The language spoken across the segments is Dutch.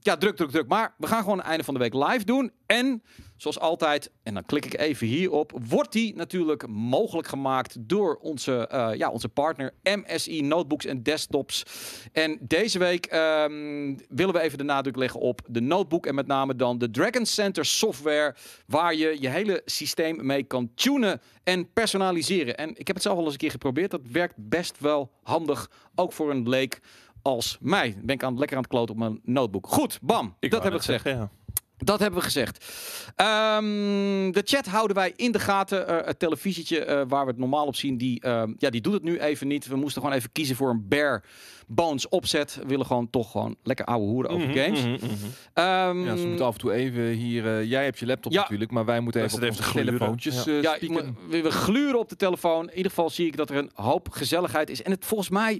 druk. Maar we gaan gewoon het einde van de week live doen. En zoals altijd, en dan klik ik even hierop, wordt die natuurlijk mogelijk gemaakt door onze partner MSI Notebooks en Desktops. En deze week willen we even de nadruk leggen op de notebook en met name dan de Dragon Center software, waar je je hele systeem mee kan tunen en personaliseren. En ik heb het zelf al eens een keer geprobeerd. Dat werkt best wel handig, ook voor een leek als mij. Ben ik lekker aan het kloten op mijn notebook. Goed, bam. Dat hebben we gezegd. Ja. Dat hebben we gezegd. De chat houden wij in de gaten. Het televisietje waar we het normaal op zien, die doet het nu even niet. We moesten gewoon even kiezen voor een bare bones opzet. We willen gewoon lekker ouwe hoeren over games. Ja, ze moeten af en toe even hier... jij hebt je laptop natuurlijk, maar wij moeten even op onze telefoontjes spieken. We gluren op de telefoon. In ieder geval zie ik dat er een hoop gezelligheid is. En het volgens mij...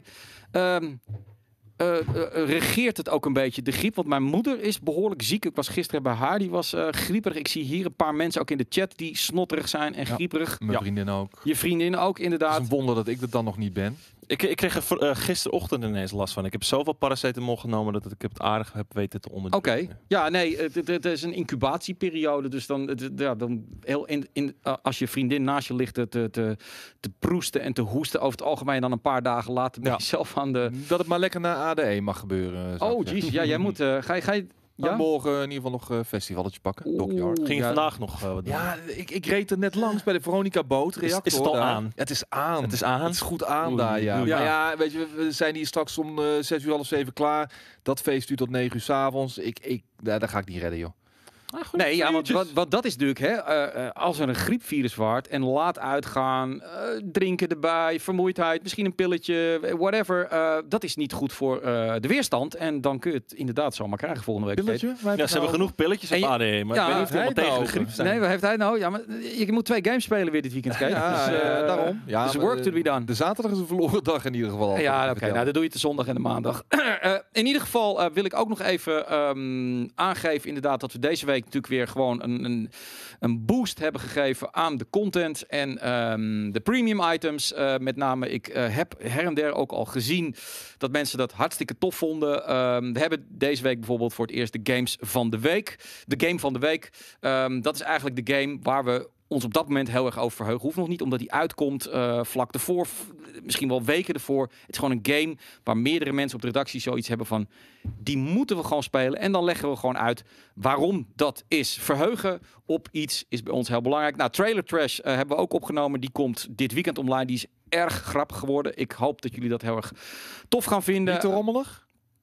regeert het ook een beetje de griep. Want mijn moeder is behoorlijk ziek. Ik was gisteren bij haar. Die was grieperig. Ik zie hier een paar mensen ook in de chat die snotterig zijn en grieperig. Mijn vriendin ook. Je vriendin ook, inderdaad. Het is een wonder dat ik dat dan nog niet ben. Ik kreeg er gisterochtend ineens last van. Ik heb zoveel paracetamol genomen dat ik het aardig heb weten te onderdrukken. Oké. Ja, nee, het is een incubatieperiode. Dus dan als je vriendin naast je ligt te proesten en te hoesten over het algemeen, dan een paar dagen later ben je zelf aan de... Dat het maar lekker naar ADE mag gebeuren. Oh, jeez. Ja, jij moet... Ga je morgen in ieder geval nog een festivalletje pakken. Dockyard. Ging je vandaag nog wat doen? Ja, ik reed er net langs bij de Veronica Boot reactor. Is het al aan? Ja, het is aan. Het is aan? Het is goed aan daar, ja. Maar ja, weet je, we zijn hier straks om 6 uur, half 7 klaar. Dat feest duurt tot 9 uur 's avonds. Daar ga ik niet redden, joh. Goed, nee, ja, want dat is natuurlijk, als er een griepvirus waart en laat uitgaan, drinken erbij, vermoeidheid, misschien een pilletje, whatever, dat is niet goed voor de weerstand. En dan kun je het inderdaad zomaar krijgen volgende week. Pilletje? Ja, ze hebben genoeg pilletjes op ADE, maar ik weet niet of het tegen de griep zijn. Nee, wat heeft hij nou? Ja, maar je moet 2 games spelen weer dit weekend, Kate. Daarom. Ja, dus work to be done. De zaterdag is een verloren dag in ieder geval. Ja, oké. Nou, dan doe je het de zondag en de maandag. In ieder geval wil ik ook nog even aangeven inderdaad dat we deze week natuurlijk weer gewoon een boost hebben gegeven aan de content en de premium items. Met name, ik heb her en der ook al gezien dat mensen dat hartstikke tof vonden. We hebben deze week bijvoorbeeld voor het eerst de games van de week. De game van de week. Dat is eigenlijk de game waar we ons op dat moment heel erg over verheugen. Hoeft nog niet, omdat die uitkomt vlak ervoor, misschien wel weken ervoor. Het is gewoon een game waar meerdere mensen op de redactie zoiets hebben van, die moeten we gewoon spelen. En dan leggen we gewoon uit waarom dat is. Verheugen op iets is bij ons heel belangrijk. Nou, Trailer Trash hebben we ook opgenomen. Die komt dit weekend online. Die is erg grappig geworden. Ik hoop dat jullie dat heel erg tof gaan vinden. Niet te rommelig?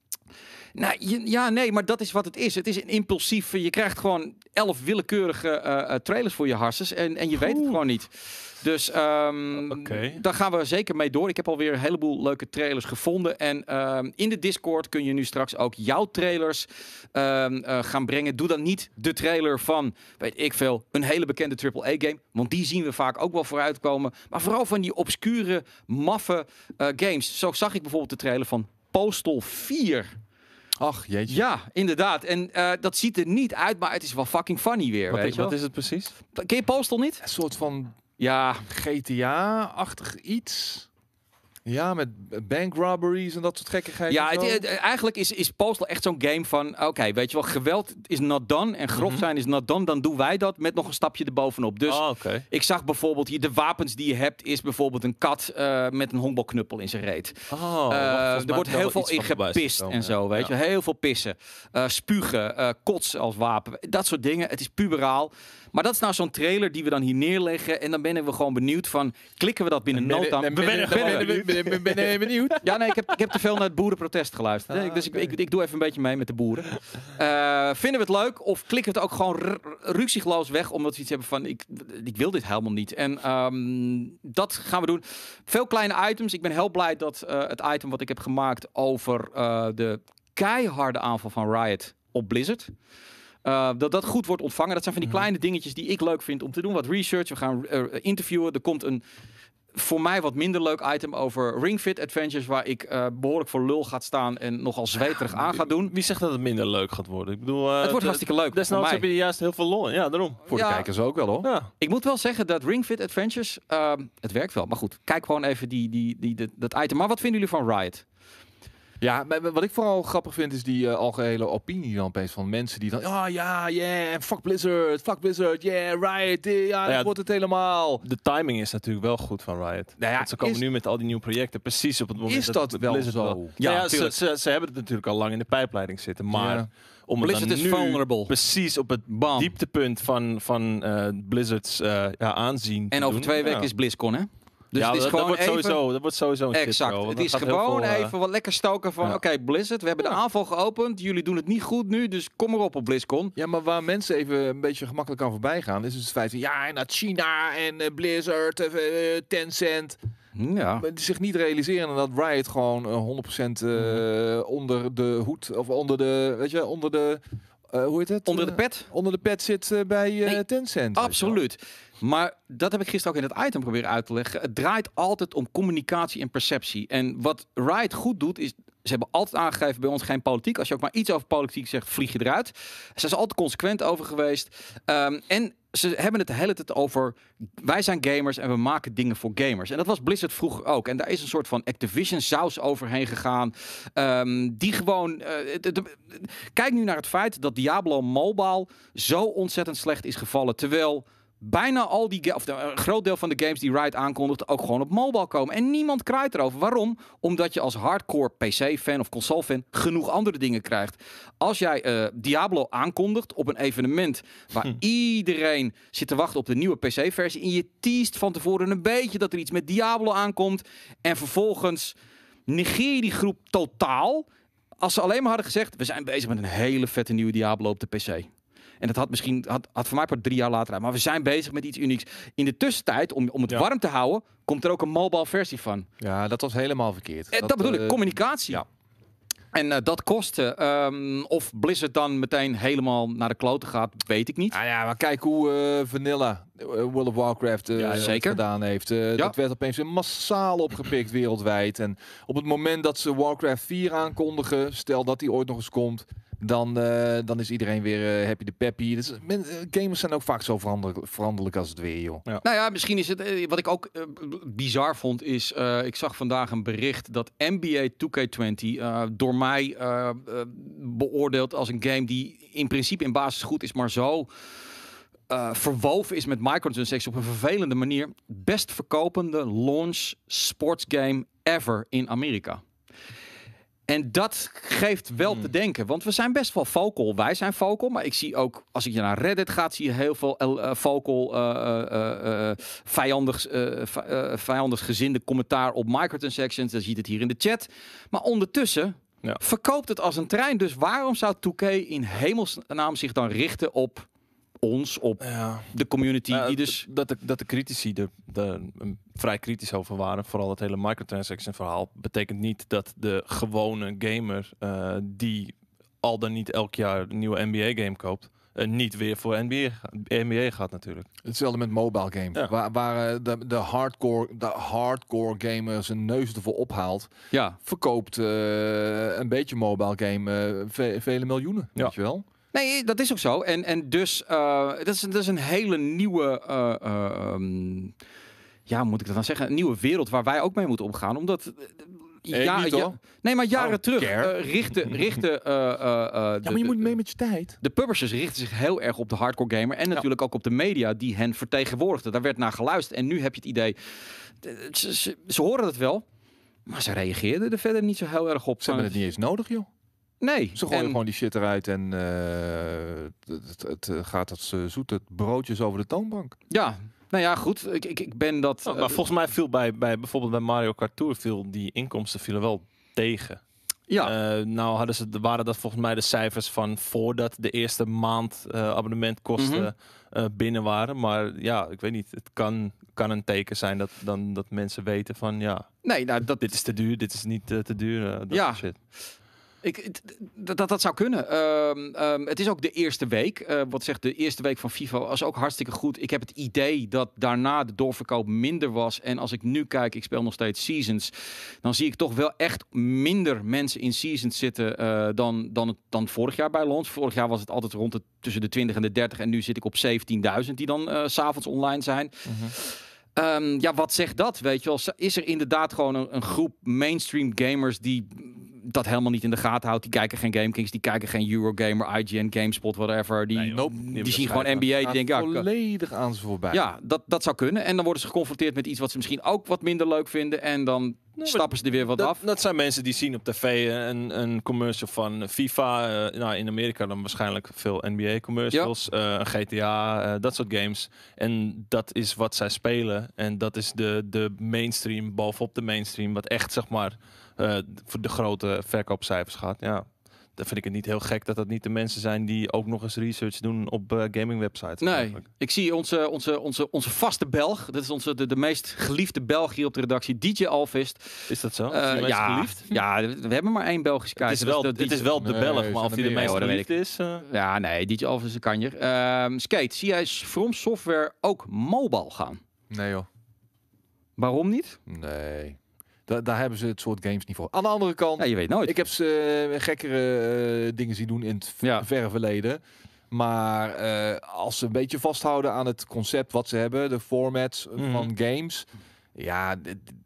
Nou, nee, maar dat is wat het is. Het is een impulsief... Je krijgt gewoon 11 willekeurige trailers voor je harses en je weet het gewoon niet. Dus daar gaan we zeker mee door. Ik heb alweer een heleboel leuke trailers gevonden. En in de Discord kun je nu straks ook jouw trailers gaan brengen. Doe dan niet de trailer van, weet ik veel, een hele bekende AAA-game. Want die zien we vaak ook wel vooruitkomen. Maar vooral van die obscure, maffe games. Zo zag ik bijvoorbeeld de trailer van Postal 4. Ach, jeetje. Ja, inderdaad. En dat ziet er niet uit, maar het is wel fucking funny weer. Wat is het precies? Ken je Postal niet? Een soort van ja, GTA-achtig iets. Ja, met bank robberies en dat soort gekkigheid. Ja, eigenlijk is Postal echt zo'n game van, oké, weet je wel, geweld is not done en grof zijn is not done. Dan doen wij dat met nog een stapje erbovenop. Dus ik zag bijvoorbeeld hier, de wapens die je hebt is bijvoorbeeld een kat met een honkbalknuppel in zijn reet. Er wordt heel veel in gepist en zo, weet je. Heel veel pissen. Spugen, kots als wapen. Dat soort dingen. Het is puberaal. Maar dat is nou zo'n trailer die we dan hier neerleggen. En dan ben we gewoon benieuwd van, klikken we dat binnen no time? Ben je benieuwd? Ja, nee, ik heb te veel naar het boerenprotest geluisterd. Dus ik doe even een beetje mee met de boeren. Vinden we het leuk? Of klikken we het ook gewoon ruksigloos weg? Omdat we iets hebben van, ik wil dit helemaal niet. En dat gaan we doen. Veel kleine items. Ik ben heel blij dat het item wat ik heb gemaakt over de keiharde aanval van Riot op Blizzard, dat goed wordt ontvangen. Dat zijn van die kleine dingetjes die ik leuk vind om te doen. Wat research. We gaan interviewen. Er komt een voor mij wat minder leuk item over Ring Fit Adventures, waar ik behoorlijk voor lul gaat staan en nogal zweterig aan ga doen. Wie zegt dat het minder leuk gaat worden? Ik bedoel, het wordt hartstikke leuk. Desnoods heb je juist heel veel lol in. Ja, daarom. Voor de kijkers ook wel, hoor. Ja. Ik moet wel zeggen dat Ring Fit Adventures, het werkt wel. Maar goed, kijk gewoon even dat item. Maar wat vinden jullie van Riot? Ja, maar wat ik vooral grappig vind is die algehele opinie dan opeens van mensen die dan... fuck Blizzard, yeah, Riot, dat wordt het helemaal. De timing is natuurlijk wel goed van Riot. Nou ja, want ze komen nu met al die nieuwe projecten precies op het moment is dat wel Blizzard zo? Ja, ze hebben het natuurlijk al lang in de pijpleiding zitten, maar... Om het Blizzard dan is nu vulnerable. Precies op het dieptepunt van Blizzard's aanzien. En over 2 weken is BlizzCon, hè? Dus ja, het is dat gewoon wordt sowieso een exact. shitshow, Het is gewoon even wat lekker stoken van... Oké, Blizzard, we hebben de aanval geopend. Jullie doen het niet goed nu, dus kom maar op BlizzCon. Ja, maar waar mensen even een beetje gemakkelijk aan voorbij gaan... is dus het feit van... Ja, en China en Blizzard, Tencent... Ja. Maar zich niet realiseren dat Riot gewoon 100% onder de hoed... of onder de... Weet je, onder de... hoe heet het? Onder de pet? Onder de pet zit bij Tencent. Absoluut. Maar dat heb ik gisteren ook in het item proberen uit te leggen. Het draait altijd om communicatie en perceptie. En wat Riot goed doet is... Ze hebben altijd aangegeven bij ons geen politiek. Als je ook maar iets over politiek zegt, vlieg je eruit. Ze zijn er altijd consequent over geweest. En ze hebben het de hele tijd over... Wij zijn gamers en we maken dingen voor gamers. En dat was Blizzard vroeger ook. En daar is een soort van Activision saus overheen gegaan. Die gewoon... Kijk nu naar het feit dat Diablo Mobile zo ontzettend slecht is gevallen. Terwijl... Bijna al die een groot deel van de games die Riot aankondigt ook gewoon op mobile komen. En niemand kraait erover. Waarom? Omdat je als hardcore PC-fan of console-fan genoeg andere dingen krijgt. Als jij Diablo aankondigt op een evenement waar iedereen zit te wachten op de nieuwe PC-versie en je teast van tevoren een beetje dat er iets met Diablo aankomt en vervolgens negeer je die groep totaal. Als ze alleen maar hadden gezegd, we zijn bezig met een hele vette nieuwe Diablo op de PC. En dat had voor mij pas 3 jaar later uit. Maar we zijn bezig met iets unieks. In de tussentijd, om het warm te houden, komt er ook een mobile versie van. Ja, dat was helemaal verkeerd. Dat bedoel ik, communicatie. Ja. En dat kostte. Of Blizzard dan meteen helemaal naar de kloten gaat, weet ik niet. Ja, maar kijk hoe Vanilla World of Warcraft zeker gedaan heeft. Dat werd opeens weer massaal opgepikt wereldwijd. En op het moment dat ze Warcraft 4 aankondigen, stel dat die ooit nog eens komt... Dan is iedereen weer happy de peppy. Dus, gamers zijn ook vaak zo veranderlijk als het weer, joh. Ja. Nou ja, misschien is het... wat ik ook bizar vond is... ik zag vandaag een bericht dat NBA 2K20 door mij beoordeeld als een game die in principe in basis goed is, maar zo... verwoven is met microtransactions op een vervelende manier. Best verkopende launch sportsgame ever in Amerika. En dat geeft wel te denken, want we zijn best wel vocal. Wij zijn vocal, maar ik zie ook, als ik naar Reddit ga, zie je heel veel vocal, vijandig gezinde commentaar op microtransactions. Dan ziet het hier in de chat. Maar ondertussen verkoopt het als een trein. Dus waarom zou 2K in hemelsnaam zich dan richten op ons, op de community? Die dus... dat de critici er vrij kritisch over waren, vooral het hele microtransaction verhaal, betekent niet dat de gewone gamer die al dan niet elk jaar een nieuwe NBA game koopt, niet weer voor NBA gaat natuurlijk. Hetzelfde met mobile games. Ja. Waar de hardcore gamer zijn neus ervoor ophaalt, verkoopt een beetje mobile game vele miljoenen, weet je wel? Nee, dat is ook zo. En dus, dat is een hele nieuwe, moet ik dat dan zeggen? Een nieuwe wereld waar wij ook mee moeten omgaan. Omdat, maar jaren terug richten maar je moet mee met je tijd. De publishers richten zich heel erg op de hardcore gamer. En natuurlijk ook op de media die hen vertegenwoordigden. Daar werd naar geluisterd. En nu heb je het idee, ze horen het wel. Maar ze reageerden er verder niet zo heel erg op. Ze hebben het niet eens nodig, joh. Nee. Ze gooien gewoon die shit eruit en het gaat als zoete broodjes over de toonbank. Ja, nou ja, goed. Ik ben dat... maar volgens mij viel bij bijvoorbeeld bij Mario Kart Tour die inkomsten vielen wel tegen. Ja. Nou waren dat volgens mij de cijfers van voordat de eerste maand abonnementkosten binnen waren. Maar ja, ik weet niet. Het kan een teken zijn dat mensen weten van dit is te duur, dit is niet te duur. Dat shit. Dat zou kunnen. Het is ook de eerste week. Wat zegt de eerste week van FIFA was ook hartstikke goed. Ik heb het idee dat daarna de doorverkoop minder was. En als ik nu kijk, ik speel nog steeds Seasons, dan zie ik toch wel echt minder mensen in Seasons zitten dan vorig jaar bij launch. Vorig jaar was het altijd rond tussen de 20 en de 30. En nu zit ik op 17.000 die dan 's avonds online zijn. Wat zegt dat? Weet je wel? Is er inderdaad gewoon een groep mainstream gamers die dat helemaal niet in de gaten houdt. Die kijken geen GameKings, die kijken geen Eurogamer, IGN, GameSpot, whatever. Die zien gewoon NBA. Die denken, volledig aan ze voorbij. Ja, dat zou kunnen. En dan worden ze geconfronteerd met iets wat ze misschien ook wat minder leuk vinden. En dan stappen ze er weer wat af. Dat zijn mensen die zien op tv een commercial van FIFA. In Amerika dan waarschijnlijk veel NBA commercials. Een GTA, dat soort games. En dat is wat zij spelen. En dat is de mainstream bovenop de mainstream. Wat echt, zeg maar, voor de grote verkoopcijfers gaat. Ja. Dan vind ik het niet heel gek dat dat niet de mensen zijn die ook nog eens research doen op gaming websites. Nee, eigenlijk. ik zie onze vaste Belg. Dat is de meest geliefde Belg hier op de redactie, DJ Alvist. Is dat zo? Is die meest geliefd? Ja, we hebben maar één Belgische kijker. Het is wel de Belg, maar of die de meest geliefd is... Ja, nee, DJ Alvist is een kanjer. Skate, zie jij From Software ook mobile gaan? Nee joh. Waarom niet? Nee. Daar hebben ze het soort games niet voor. Aan de andere kant, Ja, je weet nooit. ik heb ze gekkere dingen zien doen in het verre verleden. Maar als ze een beetje vasthouden aan het concept wat ze hebben, de formats van games, ja,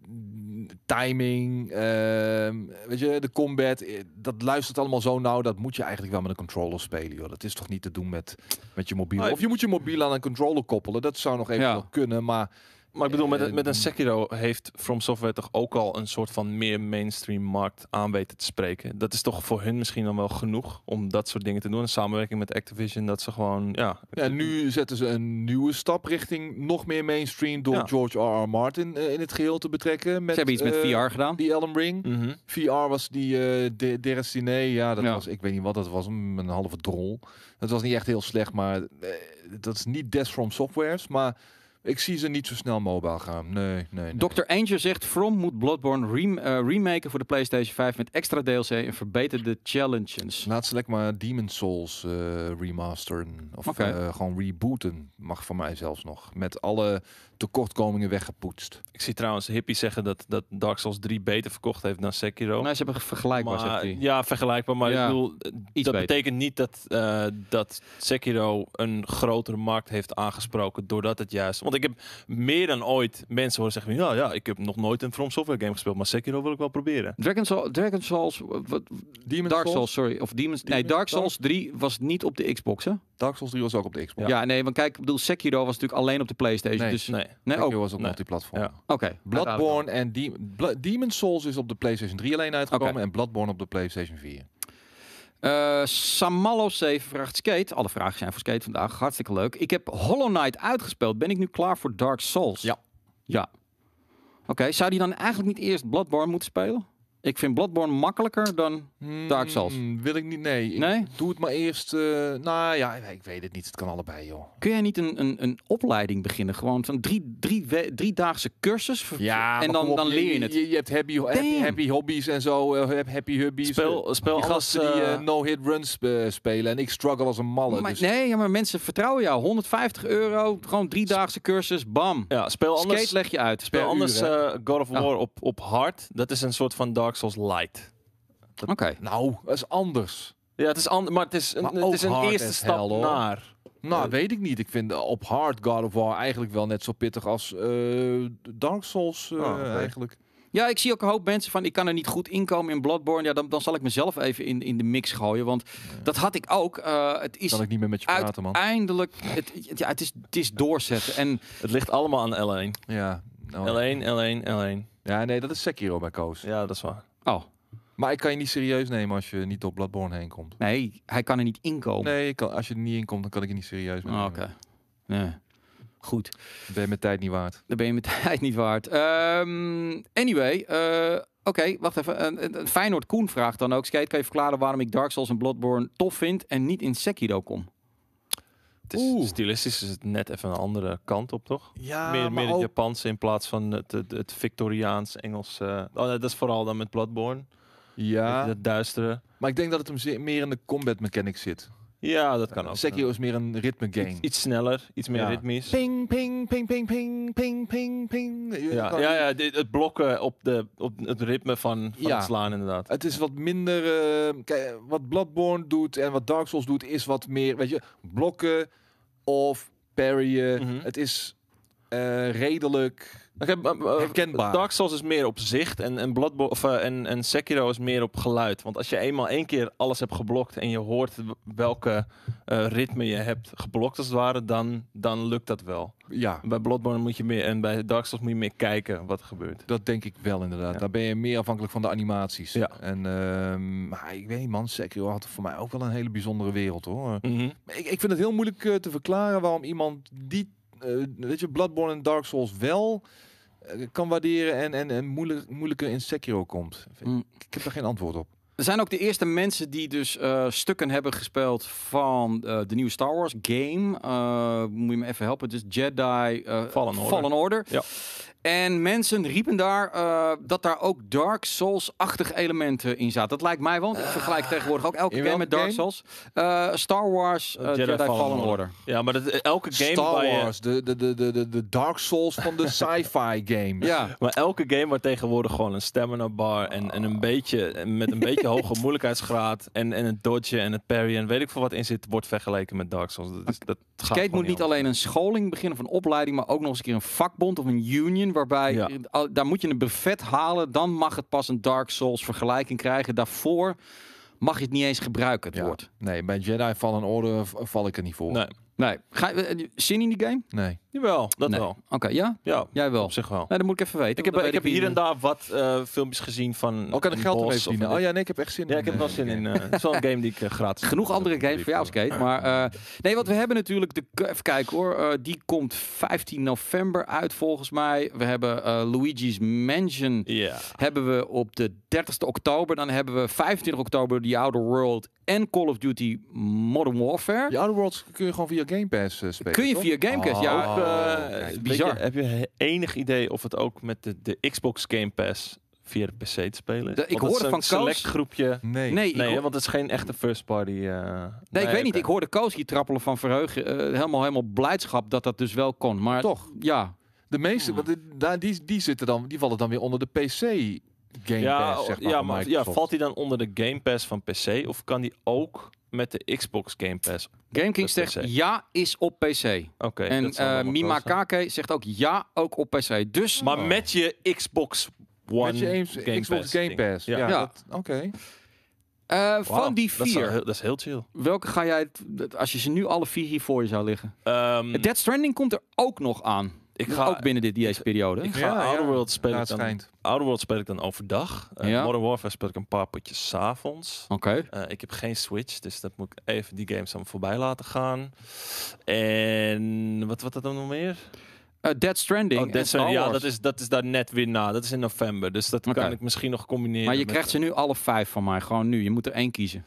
timing, weet je, de combat, dat luistert allemaal zo nauw. Dat moet je eigenlijk wel met een controller spelen, joh. Dat is toch niet te doen met je mobiel. Of je moet je mobiel aan een controller koppelen. Dat zou nog even wel kunnen, maar ik bedoel, met een Sekiro heeft From Software toch ook al een soort van meer mainstream markt aan weten te spreken. Dat is toch voor hun misschien dan wel genoeg om dat soort dingen te doen. In samenwerking met Activision, dat ze gewoon, nu zetten ze een nieuwe stap richting nog meer mainstream door George R.R. Martin in het geheel te betrekken. Met, ze hebben iets met VR gedaan. Die Elden Ring. VR was die Destiny. Ja, dat was, ik weet niet wat dat was, een halve drol. Dat was niet echt heel slecht, maar dat is niet Death From Softwares, maar ik zie ze niet zo snel mobile gaan. Nee. Dr. Angel zegt, From moet Bloodborne remaken voor de PlayStation 5 met extra DLC en verbeterde challenges. Laat ze lekker maar Demon's Souls remasteren. Of gewoon rebooten. Mag van mij zelfs nog. Met alle tekortkomingen weggepoetst. Ik zie trouwens Hippie zeggen dat Dark Souls 3 beter verkocht heeft dan Sekiro. Nee, ze hebben vergelijkbaar, zegt hij. Ja, vergelijkbaar. Maar ik bedoel, dat betekent niet dat Sekiro een grotere markt heeft aangesproken doordat het juist... Want ik heb meer dan ooit mensen horen zeggen, ja, ik heb nog nooit een From Software game gespeeld, maar Sekiro wil ik wel proberen. Dark Souls 3 was niet op de Xbox, hè? Dark Souls 3 was ook op de Xbox. Ja, nee, want kijk, ik bedoel, Sekiro was natuurlijk alleen op de PlayStation. Nee, ook was op multiplatform. Ja. Oké. Bloodborne en Demon's Souls is op de PlayStation 3 alleen uitgekomen en Bloodborne op de PlayStation 4. Samallo 7 vraagt Skate. Alle vragen zijn voor Skate vandaag. Hartstikke leuk. Ik heb Hollow Knight uitgespeeld. Ben ik nu klaar voor Dark Souls? Ja. Oké, zou die dan eigenlijk niet eerst Bloodborne moeten spelen? Ik vind Bloodborne makkelijker dan Dark Souls. Wil ik niet, nee? Doe het maar eerst. Ik weet het niet. Het kan allebei, joh. Kun jij niet een opleiding beginnen? Gewoon zo'n driedaagse cursus? Ja, en dan leer je het. Je hebt happy hobbies en zo. Happy hubbies. Speel die gasten die no-hit runs spelen. En ik struggle als een malle. Maar, dus. Maar mensen vertrouwen jou. €150, gewoon driedaagse cursus, bam. Ja, speel anders. Skate leg je uit. Speel anders God of War op hard. Dat is een soort van Dark Souls light. Oké. Nou, dat is anders. Ja, het is anders, maar het is een eerste stap naar. Nou, weet ik niet. Ik vind op hard God of War eigenlijk wel net zo pittig als Dark Souls eigenlijk. Ja, ik zie ook een hoop mensen van, ik kan er niet goed inkomen in Bloodborne. Ja, dan zal ik mezelf even in de mix gooien, want dat had ik ook. Het is kan ik niet meer met je praten, man. Uiteindelijk, het is doorzetten. En het ligt allemaal aan L1. Ja. L1. Ja, nee, dat is Sekiro bij Koos. Ja, dat is waar. Oh. Maar ik kan je niet serieus nemen als je niet op Bloodborne heen komt. Nee, hij kan er niet inkomen. Nee, als je er niet in komt, dan kan ik je niet serieus nemen. Oké. Nee. Goed. Dan ben je mijn tijd niet waard. Dan ben je mijn tijd niet waard. Anyway, oké, wacht even. Feyenoord Koen vraagt dan ook, Skate, kan je verklaren waarom ik Dark Souls en Bloodborne tof vind en niet in Sekiro kom? Het is stilistisch is het net even een andere kant op, toch? Ja, meer het Japanse in plaats van het Victoriaans, Engels. Dat is vooral dan met Bloodborne. Ja. Het duistere. Maar ik denk dat het hem meer in de combat mechanics zit. Ja, dat kan ook. Sekiro is meer een ritme game. Iets sneller, iets meer ritmisch. Ping, ping, ping, ping, ping, ping, ping, ping. Het blokken op het ritme van het slaan inderdaad. Het is wat minder... kijk, wat Bloodborne doet en wat Dark Souls doet is wat meer, weet je, blokken of parryen. Het is redelijk herkenbaar. Dark Souls is meer op zicht en Bloodborne en Sekiro is meer op geluid. Want als je eenmaal 1 keer alles hebt geblokt en je hoort welke ritme je hebt geblokt als het ware, dan lukt dat wel. Ja. Bij Bloodborne moet je meer en bij Dark Souls moet je meer kijken wat er gebeurt. Dat denk ik wel inderdaad. Ja. Daar ben je meer afhankelijk van de animaties. Ja. En maar ik weet niet man, Sekiro had voor mij ook wel een hele bijzondere wereld hoor. Mhm. Ik vind het heel moeilijk te verklaren waarom iemand die weet je, Bloodborne en Dark Souls wel kan waarderen en moeilijker in Sekiro komt. Ik heb daar geen antwoord op. Er zijn ook de eerste mensen die dus stukken hebben gespeeld van de nieuwe Star Wars game. Moet je me even helpen? Dus Jedi Fallen Order. Ja. En mensen riepen daar dat daar ook Dark Souls-achtige elementen in zaten. Dat lijkt mij wel. Ik vergelijk tegenwoordig ook elke game met Dark Souls. Star Wars Jedi Fallen Order. Ja, maar elke game Star Wars, de Dark Souls van de sci-fi game. Ja. Maar elke game waar tegenwoordig gewoon een stamina bar en een beetje met een beetje hoge moeilijkheidsgraad en het dodgen en het parry en weet ik veel wat in zit, wordt vergeleken met Dark Souls. Dat gaat Skate moet niet alleen een scholing beginnen of een opleiding, maar ook nog eens een keer een vakbond of een union, waarbij daar moet je een brevet halen, dan mag het pas een Dark Souls vergelijking krijgen. Daarvoor mag je het niet eens gebruiken, het woord. Nee, bij Jedi Fallen Order val ik er niet voor. Nee. Ga je zin in die game? Nee. Jawel, dat wel. Oké, ja? Ja, Jij wel? op zich wel. Nee, dat moet ik even weten. Ik heb hier en daar wat filmpjes gezien van Ook aan de geld ermee verdienen. Oh ja, nee, ik heb echt zin in. Ja, ik heb wel zin in. Het is wel een game die ik gratis... Genoeg andere games voor jou, Skate. Maar nee, want we hebben natuurlijk even kijken hoor. Die komt 15 november uit volgens mij. We hebben Luigi's Mansion. Hebben we op de 30ste oktober. Dan hebben we 25 oktober The Outer World en Call of Duty Modern Warfare. The Outer Worlds kun je gewoon via Game Pass spelen. Kun je via Game Pass? Bizar. Heb je enig idee of het ook met de Xbox Game Pass via de PC te spelen is? Ik hoorde van select groepje. Nee, want het is geen echte first party. Nee, ik weet niet. Ik hoorde Koos hier trappelen van verheugen. Helemaal blijdschap dat dat dus wel kon. Maar toch? Ja. De meeste, die zitten dan, die vallen dan weer onder de PC Game Pass, zeg maar. Valt hij dan onder de Game Pass van PC of kan die ook met de Xbox Game Pass? GameKings zegt ja, is op PC. Oké. En Mima Kake zegt ook ja, ook op PC. Dus, maar met je Xbox One met je Xbox Game Pass. Ja. Oké. Van die 4. Dat is heel chill. Welke ga jij, als je ze nu alle 4 hier voor je zou liggen? Death Stranding komt er ook nog aan. Ik ga ook binnen deze periode. Ik ga Outer World spelen. Outer World speel ik dan overdag. Modern Warfare speel ik een paar potjes 's avonds. Oké. Ik heb geen Switch, dus dat moet ik even die games dan voorbij laten gaan. En wat er dan nog meer? Death Stranding. Dat is daar net weer na. Dat is in november, dus dat kan ik misschien nog combineren. Maar je krijgt ze nu alle 5 van mij, gewoon nu. Je moet er 1 kiezen.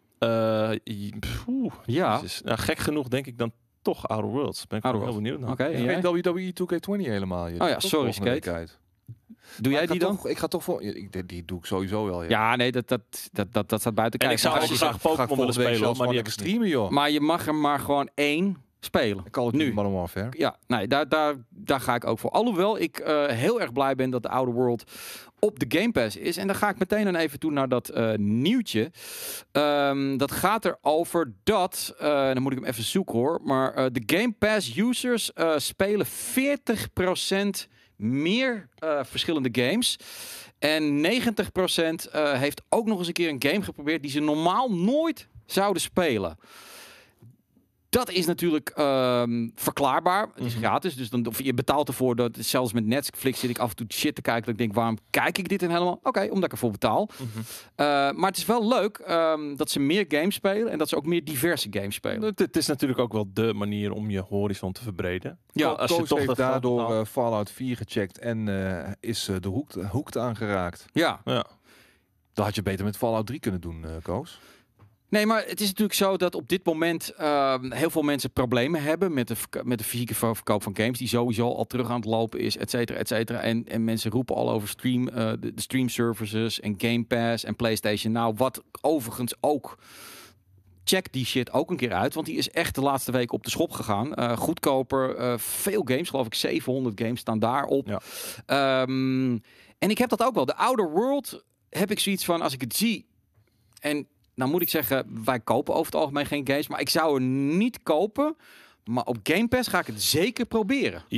Ja. Nou, gek genoeg denk ik dan toch Outer Worlds. Ben ik heel benieuwd naar. Oké. Ik weet WWE 2K20 helemaal. Oh ja, sorry Skate. Doe jij die dan? Ik ga toch voor... Die doe ik sowieso wel, ja. Nee, dat staat buiten kijf. En ik zou ook graag Pokémon willen spelen, maar die heb ik streamen, joh. Maar je mag er maar gewoon 1 spelen. Call of Duty Modern Warfare. Ja, nee, daar ga ik ook voor. Alhoewel ik heel erg blij ben dat de Outer World op de Game Pass is. En dan ga ik meteen dan even toe naar dat nieuwtje. Dat gaat erover dat... dan moet ik hem even zoeken hoor. Maar de Game Pass users spelen 40% meer verschillende games. En 90% heeft ook nog eens een keer een game geprobeerd die ze normaal nooit zouden spelen. Dat is natuurlijk verklaarbaar. Het is gratis, dus of je betaalt ervoor. Dat zelfs met Netflix zit ik af en toe shit te kijken. Dat ik denk, waarom kijk ik dit dan helemaal? Oké, omdat ik ervoor betaal. Maar het is wel leuk dat ze meer games spelen en dat ze ook meer diverse games spelen. Het is natuurlijk ook wel de manier om je horizon te verbreden. Ja, als je toch heeft daardoor Fallout 4 gecheckt en is de hoek aangeraakt. Ja. Dat had je beter met Fallout 3 kunnen doen, Koos. Nee, maar het is natuurlijk zo dat op dit moment heel veel mensen problemen hebben met de fysieke verkoop van games, die sowieso al terug aan het lopen is, et cetera, et cetera. En mensen roepen al over de stream services en Game Pass en PlayStation. Nou, wat overigens ook... Check die shit ook een keer uit, want die is echt de laatste week op de schop gegaan. Goedkoper, veel games, geloof ik 700 games staan daarop. Ja. En ik heb dat ook wel. De Outer World heb ik zoiets van, als ik het zie... En nou moet ik zeggen, wij kopen over het algemeen geen games, maar ik zou er niet kopen. Maar op Game Pass ga ik het zeker proberen. Ja,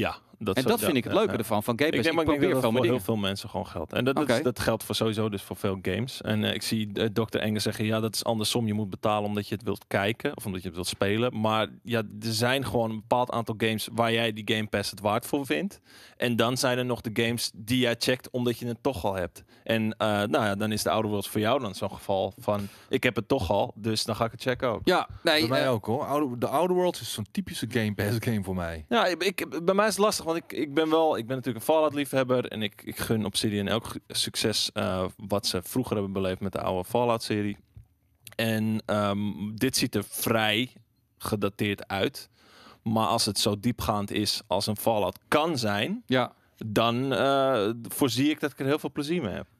Dat vind ik het leuke ervan. Van Game Pass. Ik probeer dat voor heel veel mensen gewoon geldt. En dat geldt voor sowieso dus voor veel games. En ik zie Dr. Enge zeggen, ja, dat is andersom. Je moet betalen omdat je het wilt kijken of omdat je het wilt spelen. Maar ja, er zijn gewoon een bepaald aantal games waar jij die Game Pass het waard voor vindt. En dan zijn er nog de games die jij checkt omdat je het toch al hebt. En dan is de Outer Worlds voor jou dan zo'n geval van, ik heb het toch al, dus dan ga ik het checken ook. Ja, nee, bij mij ook hoor. De Outer Worlds is zo'n typische Game Pass game voor mij. Ja, bij mij is het lastig, want ik ben natuurlijk een Fallout-liefhebber en ik gun Obsidian elk succes wat ze vroeger hebben beleefd met de oude Fallout-serie. En dit ziet er vrij gedateerd uit. Maar als het zo diepgaand is als een Fallout kan zijn, dan voorzie ik dat ik er heel veel plezier mee heb.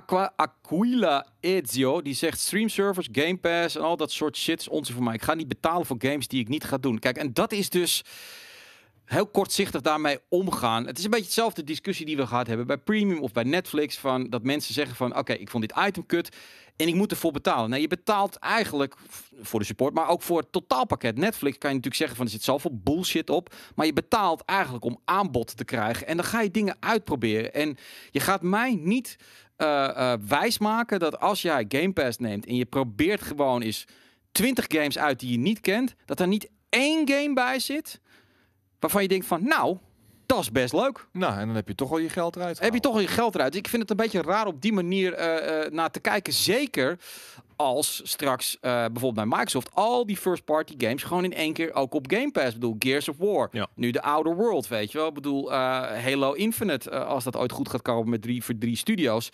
Aquila Ezio, die zegt streamservers, Game Pass en al dat soort shit is onzin voor mij. Ik ga niet betalen voor games die ik niet ga doen. Kijk, en dat is dus heel kortzichtig daarmee omgaan. Het is een beetje hetzelfde discussie die we gehad hebben bij Premium of bij Netflix. Van dat mensen zeggen van oké, ik vond dit item kut en ik moet ervoor betalen. Nee, je betaalt eigenlijk voor de support, maar ook voor het totaalpakket. Netflix kan je natuurlijk zeggen van er zit zoveel bullshit op. Maar je betaalt eigenlijk om aanbod te krijgen. En dan ga je dingen uitproberen. En je gaat mij niet wijsmaken dat als jij Game Pass neemt en je probeert gewoon eens 20 games uit die je niet kent, dat er niet één game bij zit waarvan je denkt van, nou, dat is best leuk. Nou, en dan heb je toch al je geld eruit gehaald. Heb je toch al je geld eruit. Ik vind het een beetje raar op die manier naar te kijken. Zeker als straks bijvoorbeeld bij Microsoft al die first-party games gewoon in één keer ook op Game Pass. Ik bedoel, Gears of War. Ja. Nu de Outer World, weet je wel. Ik bedoel, Halo Infinite, als dat ooit goed gaat komen met 3 studio's.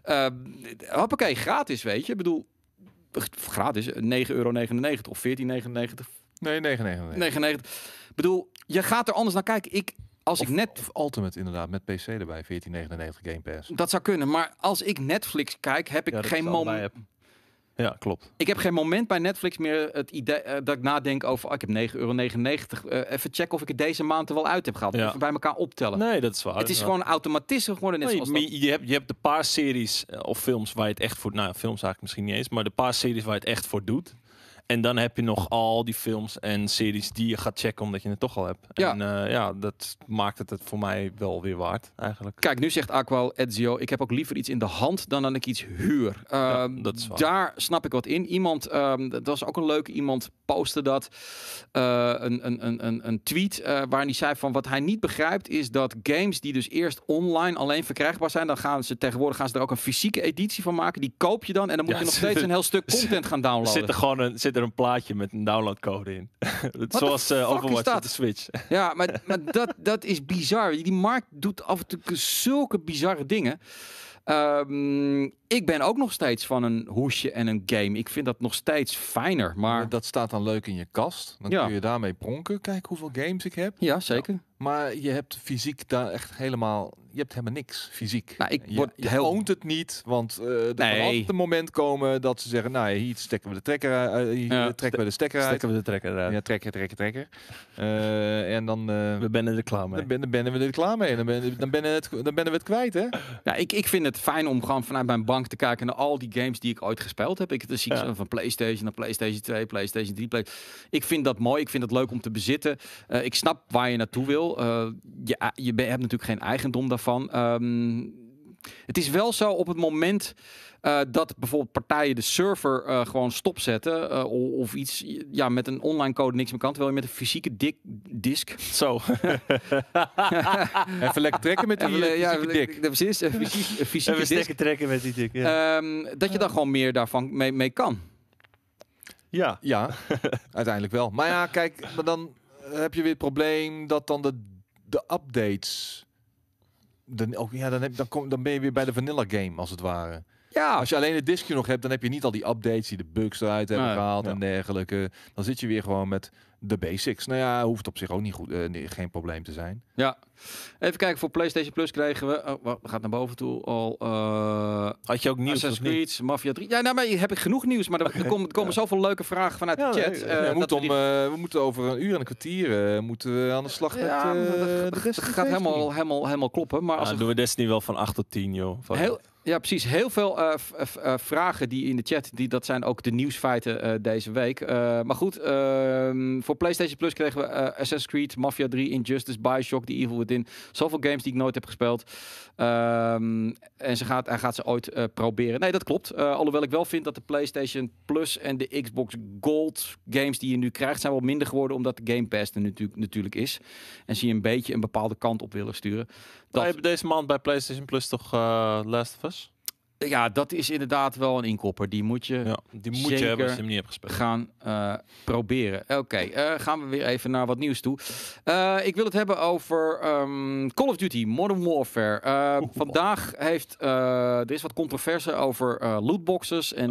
Hoppakee, gratis, weet je. Ik bedoel, gratis, €9,99 of €14,99. Nee, €9,99. Ik bedoel, je gaat er anders naar kijken. Of Ultimate inderdaad, met PC erbij, €14,99 Game Pass. Dat zou kunnen, maar als ik Netflix kijk, heb ik geen moment. Ja, klopt. Ik heb geen moment bij Netflix meer het idee dat ik nadenk over, ik heb €9,99. Even checken of ik het deze maand er wel uit heb gehaald. Even bij elkaar optellen. Nee, dat is waar. Het is gewoon automatisme geworden. Net zoals je hebt de paar series of films waar je het echt voor... Nou, films eigenlijk misschien niet eens, maar de paar series waar je het echt voor doet. En dan heb je nog al die films en series die je gaat checken omdat je het toch al hebt. Ja. En dat maakt het voor mij wel weer waard eigenlijk. Kijk, nu zegt Aqua Ezio, ik heb ook liever iets in de hand dan dat ik iets huur. Dat is waar. Daar snap ik wat in. Iemand, dat was ook een leuke, iemand postte dat. Een tweet waarin hij zei van wat hij niet begrijpt is dat games die dus eerst online alleen verkrijgbaar zijn, dan gaan ze er ook een fysieke editie van maken. Die koop je dan en dan moet je nog steeds een heel stuk content gaan downloaden. Zit er een plaatje met een downloadcode in. Zoals Overwatch op de Switch. Ja, maar dat is bizar. Die markt doet af en toe zulke bizarre dingen. Ik ben ook nog steeds van een hoesje en een game. Ik vind dat nog steeds fijner. Maar dat staat dan leuk in je kast. Dan kun je daarmee pronken. Kijk hoeveel games ik heb. Ja, zeker. Nou, maar je hebt fysiek daar echt helemaal... Je hebt helemaal niks fysiek. Nou, je oont het niet, want er kan altijd een moment komen dat ze zeggen, nou, hier stekken we de trekker uit. Hier trekken we de stekker uit. Stekken we de trekker eruit. Ja, trekker. En dan... we bennen er klaar mee. Dan bennen we er klaar mee. Dan bennen we het kwijt, hè? Ja, ik vind het fijn om gewoon vanuit mijn bank te kijken naar al die games die ik ooit gespeeld heb. Ik zie van PlayStation naar PlayStation 2, PlayStation 3. Ik vind dat mooi. Ik vind het leuk om te bezitten. Ik snap waar je naartoe wil. Je hebt natuurlijk geen eigendom daarvan. Het is wel zo op het moment dat bijvoorbeeld partijen de server gewoon stopzetten of iets met een online code niks meer kan, terwijl je met een fysieke disk. Zo. Even lekker trekken met die fysieke dik. Precies, fysieke disk. Trekken met die dik. Dat je dan gewoon meer daarvan mee kan. Ja, uiteindelijk wel. Maar ja, kijk, dan heb je weer het probleem dat dan de updates... Dan ben je weer bij de vanilla game, als het ware. Ja. Als je alleen het diskje nog hebt, dan heb je niet al die updates die de bugs eruit hebben gehaald en dergelijke. Dan zit je weer gewoon met de basics. Nou ja, hoeft op zich ook niet goed, geen probleem te zijn. Ja. Even kijken, voor PlayStation Plus kregen we... gaat naar boven toe al... Had je ook nieuws? Assassin's Creed, Mafia 3. Ja, nou, maar heb ik genoeg nieuws. Maar er komen zoveel leuke vragen vanuit de chat. We moeten over een uur en een kwartier moeten we aan de slag met de gaat helemaal kloppen. Maar doen we Destiny wel van 8 tot 10, joh. Ja, precies. Heel veel vragen die in de chat, dat zijn ook de nieuwsfeiten deze week. Maar goed, voor PlayStation Plus kregen we Assassin's Creed, Mafia 3, Injustice, Bioshock, The Evil Within. Zoveel games die ik nooit heb gespeeld. En hij gaat ze ooit proberen. Nee, dat klopt. Alhoewel ik wel vind dat de PlayStation Plus en de Xbox Gold games die je nu krijgt, zijn wel minder geworden, omdat de Game Pass er natuurlijk is. En zie je een beetje een bepaalde kant op willen sturen. Wij hebben deze maand bij PlayStation Plus toch Last of Us? Ja, dat is inderdaad wel een inkopper. Die moet je, je hebben als je hem niet hebt gespeeld. Gaan proberen. Oké, gaan we weer even naar wat nieuws toe. Ik wil het hebben over Call of Duty Modern Warfare. Vandaag heeft er is wat controverse over lootboxes en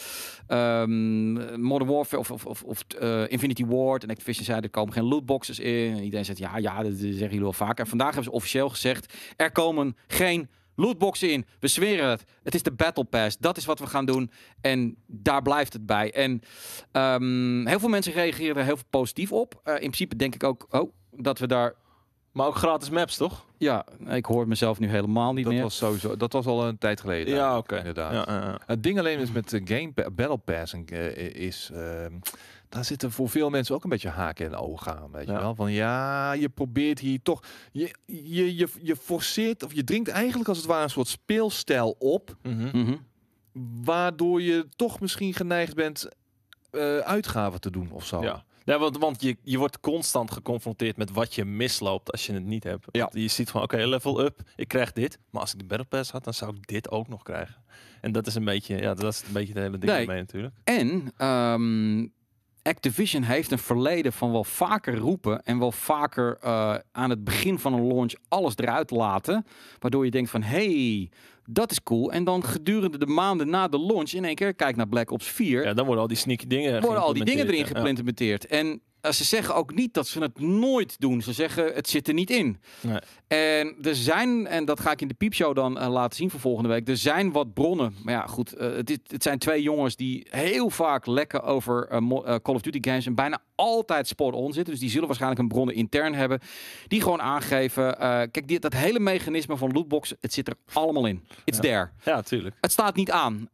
Modern Warfare of Infinity Ward en Activision zeiden er komen geen lootboxes in. En iedereen zegt ja, dat zeggen jullie wel vaker. En vandaag hebben ze officieel gezegd er komen geen lootboxen in. We zweren het. Het is de Battle Pass. Dat is wat we gaan doen. En daar blijft het bij. En heel veel mensen reageren er heel veel positief op. In principe denk ik ook dat we daar... Maar ook gratis maps, toch? Ja, ik hoor mezelf nu helemaal niet meer. Dat was al een tijd geleden. Ja, oké. Inderdaad. Ja. Het ding alleen is met de Battle Pass is... daar zitten voor veel mensen ook een beetje haken en ogen aan, weet je wel. Van je probeert hier toch... Je forceert, of je dringt eigenlijk als het ware een soort speelstijl op. Waardoor je toch misschien geneigd bent uitgaven te doen of zo. Ja, want je wordt constant geconfronteerd met wat je misloopt als je het niet hebt. Ja. Je ziet van, oké, level up, ik krijg dit. Maar als ik de Battle Pass had, dan zou ik dit ook nog krijgen. En dat is een beetje, het hele ding ermee natuurlijk. En... Activision heeft een verleden van wel vaker roepen en wel vaker aan het begin van een launch alles eruit laten. Waardoor je denkt van, hey, dat is cool. En dan gedurende de maanden na de launch in één keer, kijk naar Black Ops 4. Ja, dan worden al die sneaky dingen erin geïmplementeerd. En ze zeggen ook niet dat ze het nooit doen. Ze zeggen, het zit er niet in. Nee. En er zijn, en dat ga ik in de piepshow dan laten zien voor volgende week. Er zijn wat bronnen. Maar ja, goed. Het zijn twee jongens die heel vaak lekken over Call of Duty games. En bijna altijd spot-on zitten. Dus die zullen waarschijnlijk een bronnen intern hebben. Die gewoon aangeven. Kijk, dat hele mechanisme van lootbox. Het zit er allemaal in. It's there. Ja, tuurlijk. Het staat niet aan.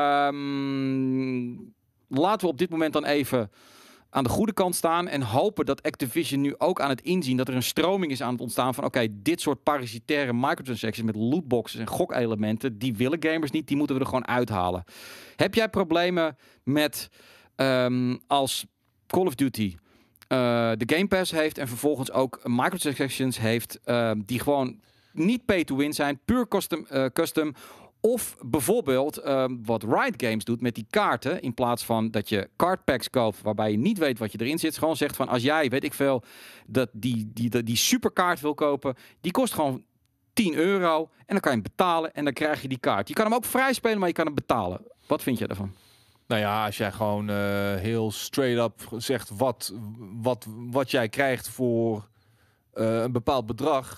Laten we op dit moment dan even aan de goede kant staan en hopen dat Activision nu ook aan het inzien dat er een stroming is aan het ontstaan van oké, dit soort parasitaire microtransactions met lootboxes en gokelementen, die willen gamers niet, die moeten we er gewoon uithalen. Heb jij problemen met als Call of Duty de Game Pass heeft en vervolgens ook microtransactions heeft die gewoon niet pay to win zijn, puur custom. Of bijvoorbeeld wat Riot Games doet met die kaarten. In plaats van dat je cardpacks koopt waarbij je niet weet wat je erin zit. Gewoon zegt van als jij, weet ik veel, dat die superkaart wil kopen. Die kost gewoon €10. En dan kan je hem betalen en dan krijg je die kaart. Je kan hem ook vrij spelen, maar je kan hem betalen. Wat vind je daarvan? Nou ja, als jij gewoon heel straight up zegt wat jij krijgt voor een bepaald bedrag.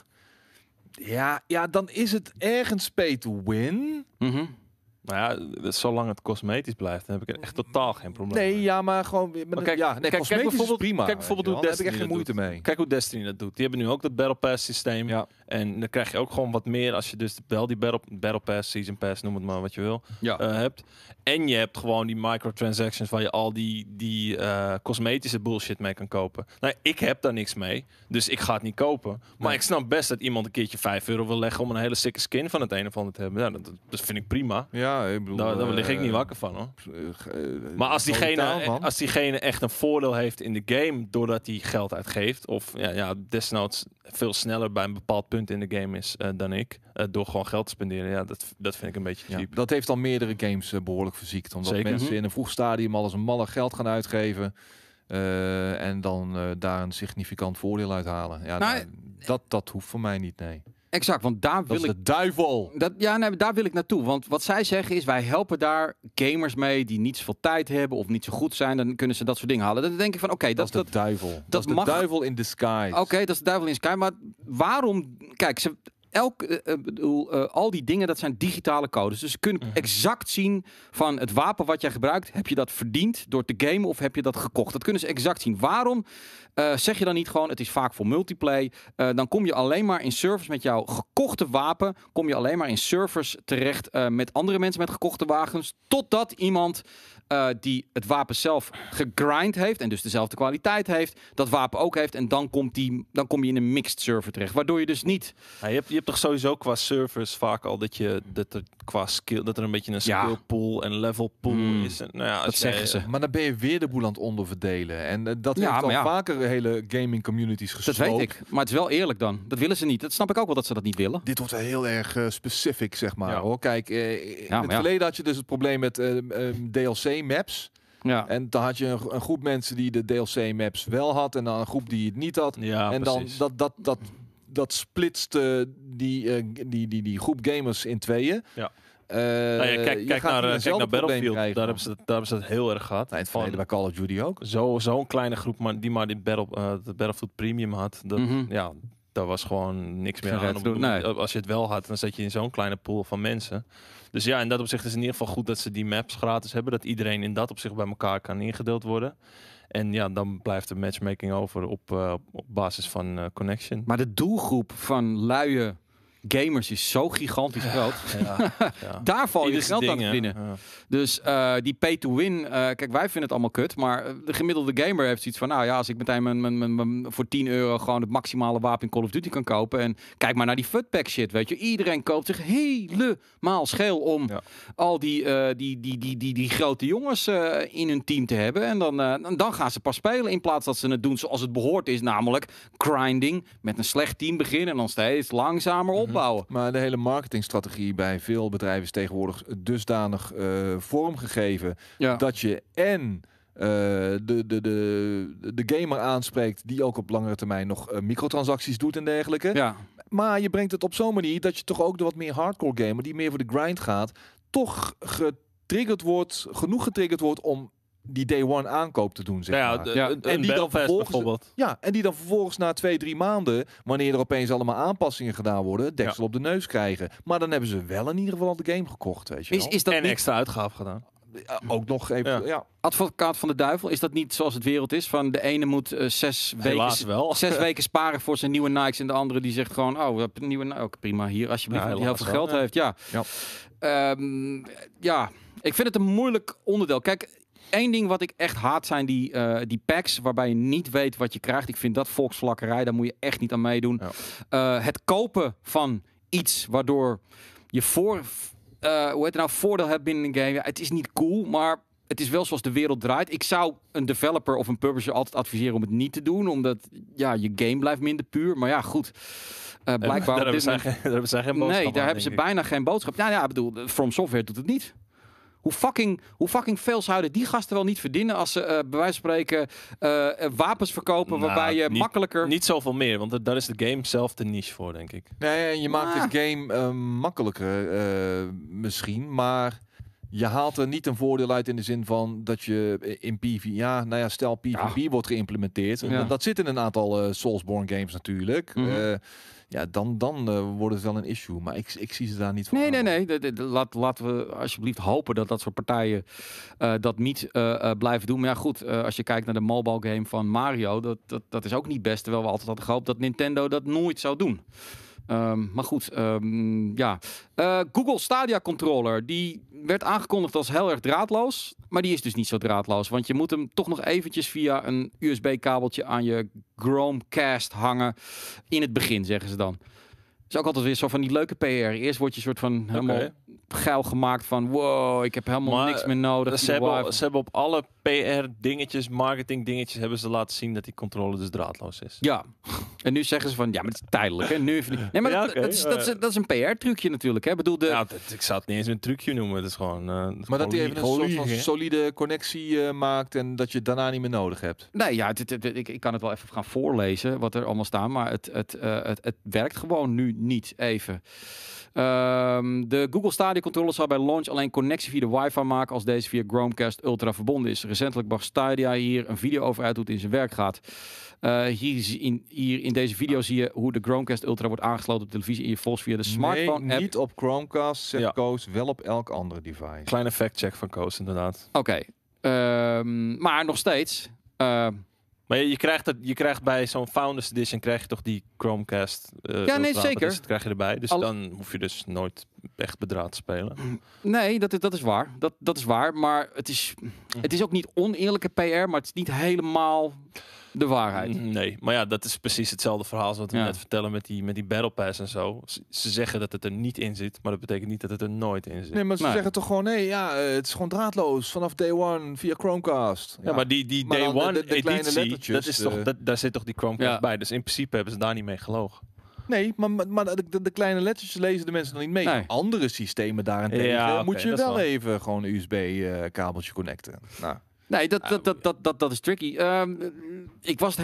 Ja, dan is het ergens pay to win. Nou ja, zolang het cosmetisch blijft, dan heb ik er echt totaal geen probleem mee. Nee, ja, maar gewoon... Kijk bijvoorbeeld prima. Kijk bijvoorbeeld hoe Destiny heb ik echt geen moeite mee. Kijk hoe Destiny dat doet. Die hebben nu ook dat Battle Pass systeem. Ja. En dan krijg je ook gewoon wat meer als je dus wel die Battle Pass, Season Pass, noem het maar wat je wil, hebt. En je hebt gewoon die microtransactions waar je al die cosmetische bullshit mee kan kopen. Nou, ik heb daar niks mee, dus ik ga het niet kopen. Maar ik snap best dat iemand een keertje €5 wil leggen om een hele sikke skin van het een of ander te hebben. Ja, dat vind ik prima. Ja, ik bedoel... Daar lig ik niet wakker van, hoor. Maar als diegene echt een voordeel heeft in de game doordat hij geld uitgeeft, of desnoods veel sneller bij een bepaald punt in de game is dan ik, door gewoon geld te spenderen, dat vind ik een beetje cheap. Dat heeft al meerdere games behoorlijk verziekt. Omdat mensen in een vroeg stadium al eens een malle geld gaan uitgeven. En dan daar een significant voordeel uithalen. Ja, dat hoeft voor mij niet, nee. Exact, want daar wil ik... de duivel! Daar wil ik naartoe. Want wat zij zeggen is, wij helpen daar gamers mee die niet zoveel tijd hebben of niet zo goed zijn. Dan kunnen ze dat soort dingen halen. Dan denk ik van, oké, dat is de duivel. Dat is de duivel in disguise. Oké, dat is de duivel in disguise. Maar waarom... Kijk, al die dingen, dat zijn digitale codes. Dus ze kunnen exact zien van het wapen wat jij gebruikt. Heb je dat verdiend door te gamen of heb je dat gekocht? Dat kunnen ze exact zien. Waarom zeg je dan niet gewoon, het is vaak voor multiplay. Dan kom je alleen maar in servers met jouw gekochte wapen. Kom je alleen maar in servers terecht met andere mensen met gekochte wagens. Totdat iemand die het wapen zelf gegrind heeft en dus dezelfde kwaliteit heeft, dat wapen ook heeft en dan kom je in een mixed server terecht, waardoor je dus niet... Ja, je hebt toch sowieso qua servers vaak al dat er qua skill, dat er een beetje een skill pool en level pool is. En, nou ja, dat zeggen ze. Maar dan ben je weer de boel aan het onderverdelen. En dat heeft al vaker hele gaming communities gesloopt. Dat weet ik. Maar het is wel eerlijk dan. Dat willen ze niet. Dat snap ik ook wel dat ze dat niet willen. Dit wordt wel heel erg specific, zeg maar. Ja. Hoor. Kijk, in het verleden had je dus het probleem met DLC-maps. Ja. En dan had je een groep mensen die de DLC-maps wel had en dan een groep die het niet had. Ja, en precies. dan dat splitste die groep gamers in tweeën. Ja. Kijk naar Battlefield. Daar hebben ze het heel erg gehad. In het verleden bij Call of Duty ook. Zo'n kleine groep die maar de Battlefield Premium had. Daar was gewoon niks meer aan. Als je het wel had, dan zat je in zo'n kleine pool van mensen. Dus ja, in dat opzicht is het in ieder geval goed dat ze die maps gratis hebben. Dat iedereen in dat opzicht bij elkaar kan ingedeeld worden. En ja, dan blijft de matchmaking over op basis van connection. Maar de doelgroep van luie gamers is zo gigantisch groot. Daar val je geld aan te verdienen. Ja. Dus die pay-to-win... kijk, wij vinden het allemaal kut. Maar de gemiddelde gamer heeft zoiets van... Nou ja, als ik meteen voor €10 gewoon het maximale wapen in Call of Duty kan kopen. En kijk maar naar die futpack shit, weet je. Iedereen koopt zich helemaal scheel om al die grote jongens in hun team te hebben. En dan gaan ze pas spelen in plaats dat ze het doen zoals het behoort is. Namelijk grinding, met een slecht team beginnen en dan steeds langzamer opbouwen. Maar de hele marketingstrategie bij veel bedrijven is tegenwoordig dusdanig vormgegeven dat je de gamer aanspreekt die ook op langere termijn nog microtransacties doet en dergelijke. Ja. Maar je brengt het op zo'n manier dat je toch ook de wat meer hardcore gamer die meer voor de grind gaat, toch genoeg getriggerd wordt om die day one aankoop te doen, zeg maar. En die dan vervolgens bijvoorbeeld. Ja, en die dan vervolgens na 2-3 maanden, wanneer er opeens allemaal aanpassingen gedaan worden, deksel op de neus krijgen. Maar dan hebben ze wel in ieder geval de game gekocht, weet je wel. Is dat en niet extra uitgave gedaan. Ook nog even, Advocaat van de duivel, is dat niet zoals het wereld is? Van de ene moet 6 weken sparen voor zijn nieuwe Nikes en de andere die zegt gewoon, oh, we hebben een nieuwe Nike. Prima, hier alsjeblieft, die heel veel geld heeft. Ik vind het een moeilijk onderdeel. Kijk, één ding wat ik echt haat zijn die packs waarbij je niet weet wat je krijgt. Ik vind dat volksvlakkerij, daar moet je echt niet aan meedoen. Het kopen van iets waardoor je voordeel hebt binnen een game. Ja, het is niet cool, maar het is wel zoals de wereld draait. Ik zou een developer of een publisher altijd adviseren om het niet te doen, omdat je game blijft minder puur. Maar ja, goed. Blijkbaar daar hebben zij geen boodschap. Nee, daar hebben ze bijna geen boodschap. Ik bedoel, From Software doet het niet. Hoe fucking veel zouden die gasten wel niet verdienen als ze bij wijze van spreken wapens verkopen waarbij je makkelijker... Niet zoveel meer, want daar is de game zelf de niche voor, denk ik. Nee, je maakt de game makkelijker misschien, maar je haalt er niet een voordeel uit in de zin van dat je in PvP... stel PvP wordt geïmplementeerd. Ja. Dat zit in een aantal Soulsborne games natuurlijk. Dan wordt het wel een issue. Maar ik zie ze daar niet van. Nee. Laten we alsjeblieft hopen dat dat soort partijen dat niet blijven doen. Maar ja, goed, als je kijkt naar de mobile game van Mario, dat is ook niet best. Terwijl we altijd hadden gehoopt dat Nintendo dat nooit zou doen. Maar goed, Google Stadia controller, die werd aangekondigd als heel erg draadloos. Maar die is dus niet zo draadloos. Want je moet hem toch nog eventjes via een USB-kabeltje aan je Chromecast hangen. In het begin, zeggen ze dan. Is ook altijd weer zo van die leuke PR. Eerst word je soort van helemaal geil gemaakt van wow, ik heb helemaal niks meer nodig. Ze hebben op alle PR-dingetjes, marketing-dingetjes hebben ze laten zien dat die controller dus draadloos is. Ja. En nu zeggen ze van, maar het is tijdelijk. Hè? Nu nee, maar dat is een PR-trucje natuurlijk. Hè? Bedoel, ik zou het niet eens een trucje noemen. Het is gewoon... maar dat hij even een soort van solide connectie maakt en dat je het daarna niet meer nodig hebt. Nee, ik kan het wel even gaan voorlezen wat er allemaal staat, maar het werkt gewoon nu niet even. De Google Stadia controller zal bij launch alleen connectie via de wifi maken als deze via Chromecast Ultra verbonden is. Recentelijk bracht Stadia hier een video over uit hoe het in zijn werk gaat. Hierin in deze video zie je hoe de Chromecast Ultra wordt aangesloten op televisie in je Vols via de smartphone Nee, app. niet op Chromecast, zegt Koos, wel op elk andere device. Kleine fact-check van Koos, inderdaad. Oké. Maar nog steeds. Maar je krijgt bij zo'n Founders Edition krijg je toch die Chromecast. Ja, nee, zeker. Dat krijg je erbij. Dus dan hoef je dus nooit echt bedraad te spelen. Nee, dat is waar. Dat is waar. Maar het is ook niet oneerlijke PR, maar het is niet helemaal de waarheid. Nee, maar ja, dat is precies hetzelfde verhaal als wat we net vertellen met die Battle Pass en zo. Ze zeggen dat het er niet in zit, maar dat betekent niet dat het er nooit in zit. Nee, maar ze zeggen toch gewoon, het is gewoon draadloos vanaf day one via Chromecast. Ja, maar die maar day one de kleine editie, lettertjes, dat is toch, daar zit toch die Chromecast bij. Dus in principe hebben ze daar niet mee gelogen. Nee, maar de kleine lettertjes lezen de mensen nog niet mee. Nee. Andere systemen daarentegen moet je wel waar. even gewoon een USB-kabeltje connecten. Nou. Nee, dat is tricky. Ik had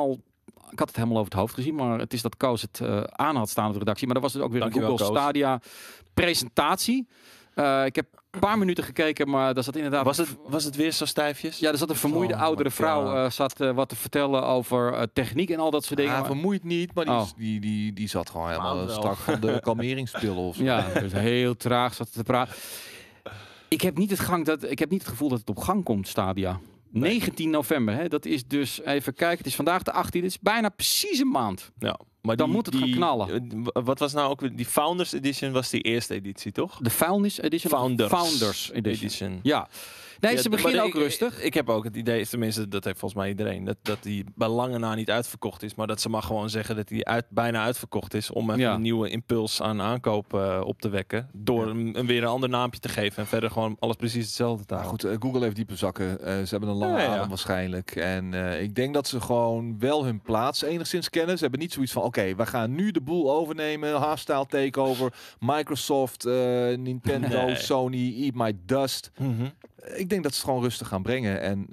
het helemaal over het hoofd gezien, maar het is dat Koos het aan had staan op de redactie. Maar er was dus ook weer Dankjewel, een Google Koos. Stadia presentatie. Ik heb een paar minuten gekeken, maar daar zat inderdaad... Was het weer zo stijfjes? Ja, er zat een vermoeide oudere vrouw wat te vertellen over techniek en al dat soort dingen. Ja, Maar- vermoeid niet, maar die zat gewoon helemaal Maar wel. strak van de kalmeringspillen of zo. Ja, dus heel traag zat te praten. Ik heb niet het gevoel dat het op gang komt, Stadia. 19 november, hè? Dat is dus, even kijken, het is vandaag de 18e, het is bijna precies een maand. Ja. Maar Dan moet het gaan knallen. Wat was nou ook weer? Die Founders Edition was die eerste editie, toch? De Founders Edition? Founders Edition. Ja. Nee, ze beginnen ook rustig. Ik heb ook het idee, tenminste, dat heeft volgens mij iedereen, dat die bij lange na niet uitverkocht is, maar dat ze maar gewoon zeggen dat die bijna uitverkocht is om even een nieuwe impuls aan aankoop op te wekken, door weer een ander naampje te geven en verder gewoon alles precies hetzelfde te Maar houden. goed, Google heeft diepe zakken. Ze hebben een lange adem waarschijnlijk. En ik denk dat ze gewoon wel hun plaats enigszins kennen. Ze hebben niet zoiets van, oké, we gaan nu de boel overnemen. Hostile takeover. Microsoft, Nintendo, Sony, Eat My Dust. Ik denk dat ze het gewoon rustig gaan brengen. En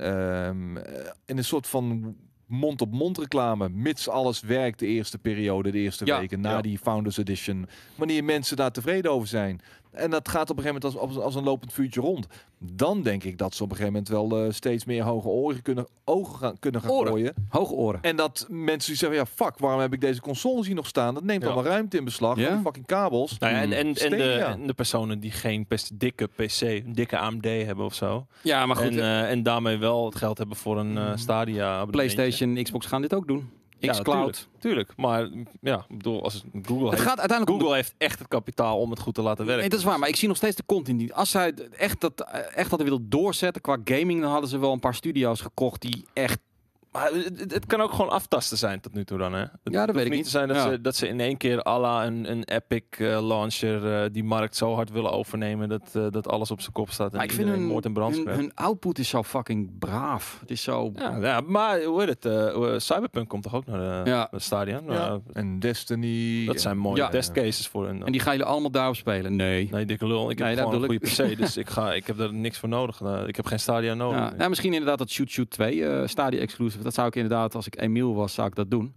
in een soort van mond-op-mond reclame, mits alles werkt de eerste periode, de eerste weken na die Founders Edition. Wanneer mensen daar tevreden over zijn. En dat gaat op een gegeven moment als een lopend vuurtje rond. Dan denk ik dat ze op een gegeven moment wel steeds meer hoge ogen kunnen gaan gooien. Hoge oren. En dat mensen die zeggen, ja fuck, waarom heb ik deze consoles hier nog staan? Dat neemt allemaal ruimte in beslag. Ja. Die fucking kabels. Nou ja, Stadia. en de personen die geen dikke PC, een dikke AMD hebben of zo. Ja, maar goed. En daarmee wel het geld hebben voor een Stadia. PlayStation, Xbox gaan dit ook doen. xCloud. Tuurlijk. Maar ja, ik bedoel, als Google heeft echt het kapitaal om het goed te laten werken. Nee, dat is waar, maar ik zie nog steeds de content niet. Als zij echt hadden willen doorzetten qua gaming, dan hadden ze wel een paar studio's gekocht die echt... Maar het kan ook gewoon aftasten zijn tot nu toe dan, hè? Dat weet ik niet. Te zijn dat ze in één keer à la een Epic launcher die markt zo hard willen overnemen dat alles op zijn kop staat. En maar ik vind moord en brand spreekt. hun output is zo fucking braaf. Het is zo... Ja, maar hoe heet het? Cyberpunk komt toch ook naar de Stadia? En Destiny. Dat zijn mooie testcases voor hun. En die gaan jullie allemaal daarop spelen? Nee. Nee, dikke lul. Ik heb gewoon een goede PC, dus ik heb daar niks voor nodig. Ik heb geen Stadia nodig. Ja, nou, misschien inderdaad dat Shoot 2 Stadia exclusive. Dat zou ik inderdaad, als ik Emiel was, zou ik dat doen.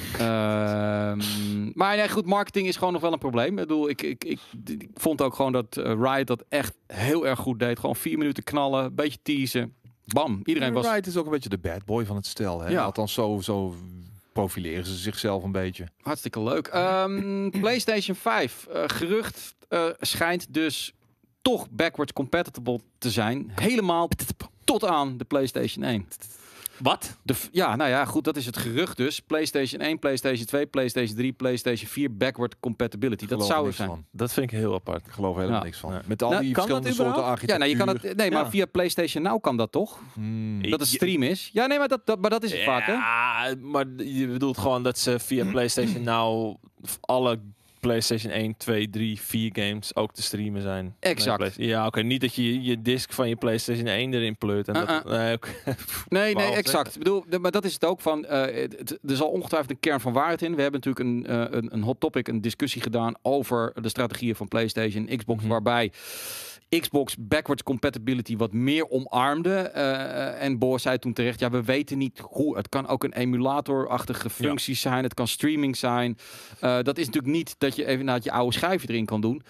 Maar nee, goed, marketing is gewoon nog wel een probleem. Ik bedoel, ik vond ook gewoon dat Riot dat echt heel erg goed deed. Gewoon 4 minuten knallen, een beetje teasen. Bam, iedereen was... Riot is ook een beetje de bad boy van het stel. Hè? Ja. Althans, zo profileren ze zichzelf een beetje. Hartstikke leuk. PlayStation 5. Gerucht schijnt dus toch backwards compatible te zijn. Helemaal tot aan de PlayStation 1. Wat? Nou ja, goed, dat is het gerucht dus. PlayStation 1, PlayStation 2, PlayStation 3, PlayStation 4, backward compatibility. Dat zou er zijn. Dat vind ik heel apart. Ik geloof helemaal niks van. Nee. Met al die verschillende soorten architectuur. Ja, je kan het. Nee, maar via PlayStation Now kan dat toch? Dat het stream is. Ja, nee, maar dat is het vaak, hè? Ja, maar je bedoelt gewoon dat ze via PlayStation Now alle PlayStation 1, 2, 3, 4 games ook te streamen zijn. Exact. Ja, oké. Niet dat je je disc van je PlayStation 1 erin pleurt. En Nee, exact. Ik bedoel, maar dat is het ook van... er zal ongetwijfeld een kern van waarheid in. We hebben natuurlijk een hot topic, een discussie gedaan over de strategieën van PlayStation, Xbox, waarbij Xbox backwards compatibility wat meer omarmde. En Boor zei toen terecht, ja, we weten niet hoe. Het kan ook een emulator-achtige functie zijn. Het kan streaming zijn. Dat is natuurlijk niet dat je even naar je oude schijfje erin kan doen.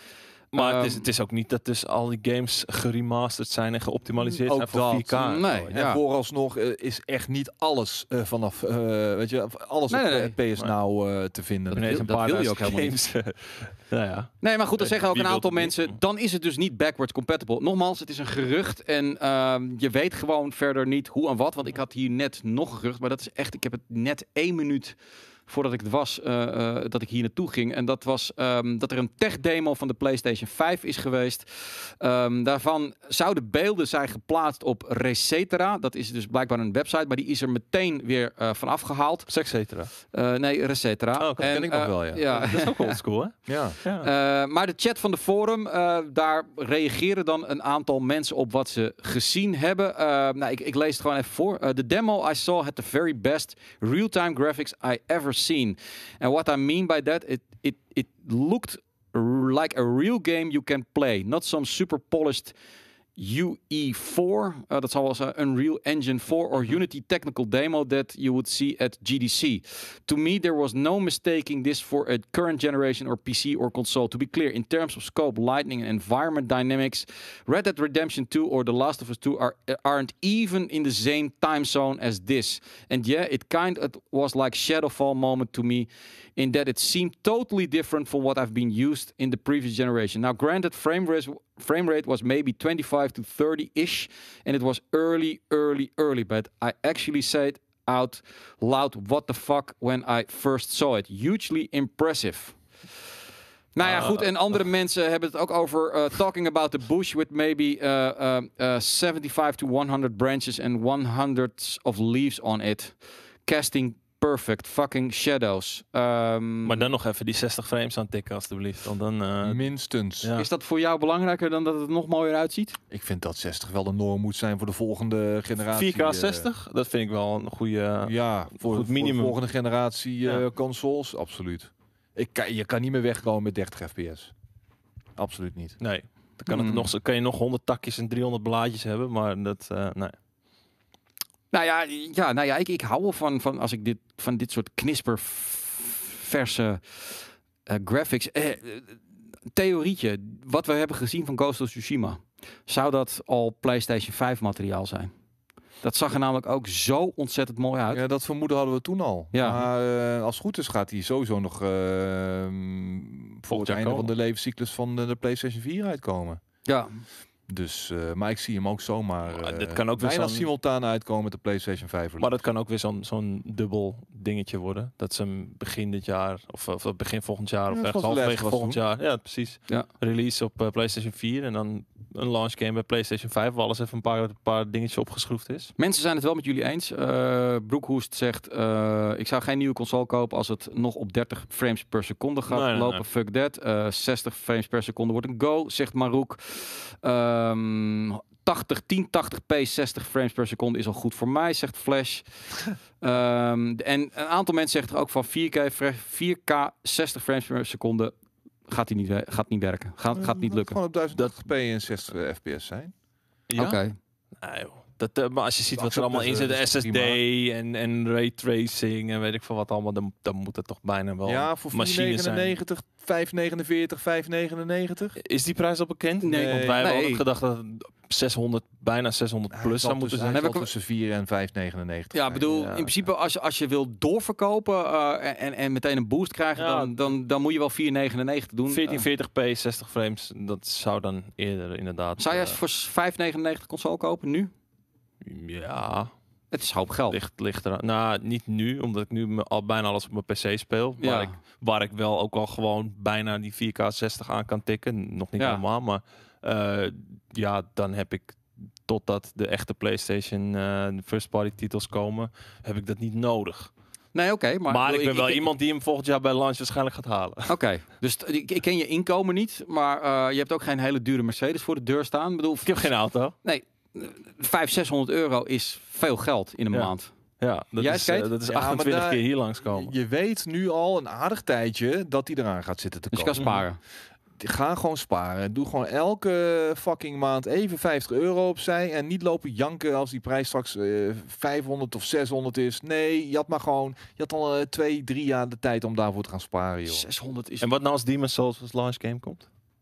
Maar het is ook niet dat dus al die games geremasterd zijn en geoptimaliseerd zijn voor 4K. Nee, En vooralsnog is echt niet alles vanaf alles op PS Now te vinden. Dat wil je ook helemaal niet. Nou ja. Nee, maar goed, dan zeggen ook Wie een aantal wil het mensen, dan is het dus niet backwards compatible. Nogmaals, het is een gerucht en je weet gewoon verder niet hoe en wat. Want ik had hier net nog een gerucht, maar dat is echt, ik heb het net 1 minuut voordat ik het was, dat ik hier naartoe ging. En dat was dat er een tech-demo van de PlayStation 5 is geweest. Daarvan zouden beelden zijn geplaatst op Recetera. Dat is dus blijkbaar een website, maar die is er meteen weer van afgehaald. Sexetera. Nee, Recetera. Oh, dat ken ik nog wel, ja. Dat is ook oldschool, hè? Ja. Maar de chat van de forum, daar reageren dan een aantal mensen op wat ze gezien hebben. Ik lees het gewoon even voor. The demo I saw had the very best real-time graphics I ever seen. And what I mean by that, it looked like a real game you can play. Not some super polished UE4, dat zal wel zijn Unreal Engine 4 or Unity technical demo that you would see at GDC. To me, there was no mistaking this for a current generation or PC or console. To be clear, in terms of scope, lighting and environment dynamics, Red Dead Redemption 2 or The Last of Us 2 aren't even in the same time zone as this. And yeah, it was like Shadowfall moment to me, in that it seemed totally different from what I've been used in the previous generation. Now, granted, frame rate was maybe 25 to 30-ish, and it was early, but I actually said out loud, what the fuck, when I first saw it. Hugely impressive. Nou ja, goed. En andere mensen hebben het ook over talking about the bush with maybe 75 to 100 branches and 100 of leaves on it. Casting perfect fucking shadows. Maar dan nog even die 60 frames aantikken alstublieft. Want dan, minstens. Ja. Is dat voor jou belangrijker dan dat het nog mooier uitziet? Ik vind dat 60 wel de norm moet zijn voor de volgende generatie. 4K 60? Dat vind ik wel een goede voor minimum. de volgende generatie consoles, absoluut. Je kan niet meer wegkomen met 30 fps. Absoluut niet. Nee. Dan kan je nog 100 takjes en 300 blaadjes hebben, maar dat... nee. Nou ja, ik hou wel van als ik van dit soort knisperverse graphics. Theorietje, wat we hebben gezien van Ghost of Tsushima, zou dat al PlayStation 5 materiaal zijn? Dat zag er namelijk ook zo ontzettend mooi uit. Ja, dat vermoeden hadden we toen al. Ja. Maar als het goed is gaat hij sowieso nog voor het einde van de levenscyclus van de PlayStation 4 uitkomen. Ja. Dus, maar ik zie hem ook zomaar dit kan ook weer bijna simultaan uitkomen met de PlayStation 5. Maar dat kan ook weer zo'n dubbel dingetje worden. Dat ze hem begin dit jaar, of begin volgend jaar, of ergens halverwege volgend jaar. Ja, precies. Ja. Release op PlayStation 4 en dan een launch game bij PlayStation 5, waar alles even een paar dingetjes opgeschroefd is. Mensen zijn het wel met jullie eens. Broekhoest zegt, ik zou geen nieuwe console kopen als het nog op 30 frames per seconde gaat lopen. Nee. Fuck that. 60 frames per seconde wordt een go, zegt Marouk. 1080p 60 frames per seconde is al goed voor mij, zegt Flash. En een aantal mensen zeggen er ook van 4K 60 frames per seconde gaat niet werken. Gaat niet lukken. Gewoon op 1080p en 60 fps zijn. Ja? Oké. Nee, maar als je ziet wat er allemaal in zit, SSD en raytracing en weet ik veel wat allemaal, dan moet het toch bijna wel voor machines zijn. 4,99, 5,49, 5,99. Is die prijs al bekend? Nee, want wij hebben ook gedacht dat het 600, bijna 600 plus zou moeten zijn. Hij zal tussen 4 en 5,99. Ja, bedoel, in principe als je wil doorverkopen en meteen een boost krijgen, dan moet je wel 4,99 doen. 1440p, 60 frames, dat zou dan eerder inderdaad... Zou jij voor 5,99 console kopen nu? Ja... Het is hoop geld. Ligt er. Nou, niet nu, omdat ik nu al bijna alles op mijn PC speel. Waar ik wel ook al gewoon bijna die 4K 60 aan kan tikken. Nog niet helemaal, maar dan heb ik totdat de echte PlayStation first party titels komen, heb ik dat niet nodig. Nee, oké. Maar ik ben wel iemand die hem volgend jaar bij launch waarschijnlijk gaat halen. Oké, dus ik ken je inkomen niet, maar je hebt ook geen hele dure Mercedes voor de deur staan. Ik heb geen auto. Nee. 500-600 euro is veel geld in een maand. Ja, dat is 28 keer hier langskomen. Je weet nu al een aardig tijdje dat hij eraan gaat zitten te komen. Dus je kan sparen. Ga gewoon sparen. Doe gewoon elke fucking maand even 50 euro opzij. En niet lopen janken als die prijs straks 500 of 600 is. Nee, je had al 2-3 jaar de tijd om daarvoor te gaan sparen, joh. 600 is... En wat nou als Demon's Souls als launch game komt?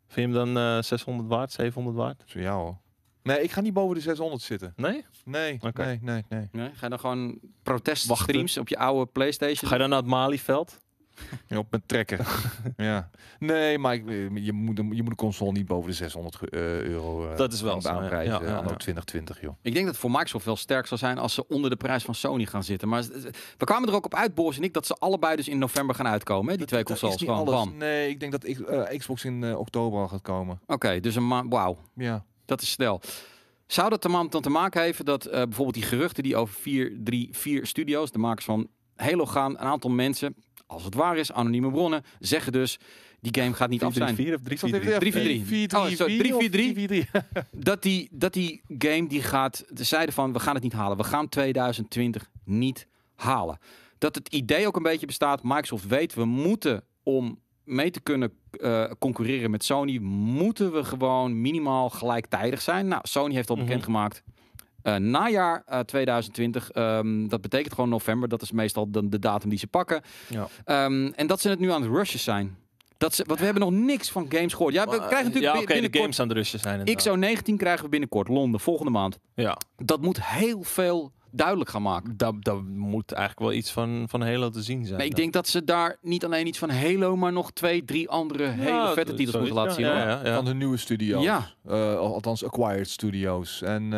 Vind je hem dan 600 waard, 700 waard? Zo ja hoor. Nee, ik ga niet boven de 600 zitten. Nee? Nee, Oké. nee. Nee? Ga je dan gewoon proteststreams op je oude PlayStation? Ga je dan naar het Malieveld? Ja, op mijn trekken. Ja. Nee, maar je moet de console niet boven de 600 euro Dat is wel zo, aanprijzen. ja. Anno 2020, joh. Ik denk dat het voor Microsoft wel sterk zou zijn als ze onder de prijs van Sony gaan zitten. Maar we kwamen er ook op uit, Boris en ik, dat ze allebei dus in november gaan uitkomen. Hè? Die twee consoles. Dat is Gewoon, niet alles. bam. Nee, ik denk dat Xbox in oktober al gaat komen. Oké, dus een maand. Wauw, Ja. dat is snel. Zou dat dan te maken hebben dat bijvoorbeeld die geruchten die over 434 Studios, de makers van Halo, gaan, een aantal mensen, als het waar is, anonieme bronnen, zeggen dus die game gaat niet af zijn. 4 of 343? 343. Dat die game die gaat, zeiden van we gaan het niet halen. We gaan 2020 niet halen. Dat het idee ook een beetje bestaat. Microsoft weet, we moeten om mee te kunnen concurreren met Sony, moeten we gewoon minimaal gelijktijdig zijn. Nou, Sony heeft al bekendgemaakt. Najaar 2020, dat betekent gewoon november. Dat is meestal de datum die ze pakken. Ja. En dat ze het nu aan het rushen zijn. Want we hebben nog niks van games gehoord. Ja, we krijgen natuurlijk binnenkort de games aan de rushen zijn. XO19 krijgen we binnenkort. Londen, volgende maand. Ja. Dat moet heel veel duidelijk gaan maken. Daar moet eigenlijk wel iets van Halo te zien zijn. Maar ik denk dat ze daar niet alleen iets van Halo, maar nog 2-3 andere hele vette titels moeten laten zien. Ja. Van de nieuwe studio's. Ja. Althans, acquired studios. En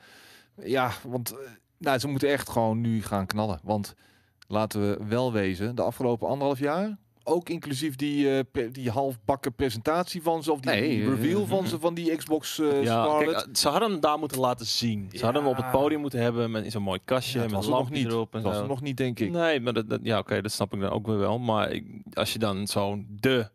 want ze moeten echt gewoon nu gaan knallen. Want laten we wel wezen, de afgelopen 1,5 jaar, ook inclusief die halfbakken presentatie van ze, of die reveal van ze, van die Xbox Scarlet. Kijk, ze hadden hem daar moeten laten zien. Ze hadden hem op het podium moeten hebben met in zo'n mooi kastje, met een lampje erop. Dat was er nog niet, denk ik. Nee, maar dat snap ik dan ook weer wel. Maar als je dan zo'n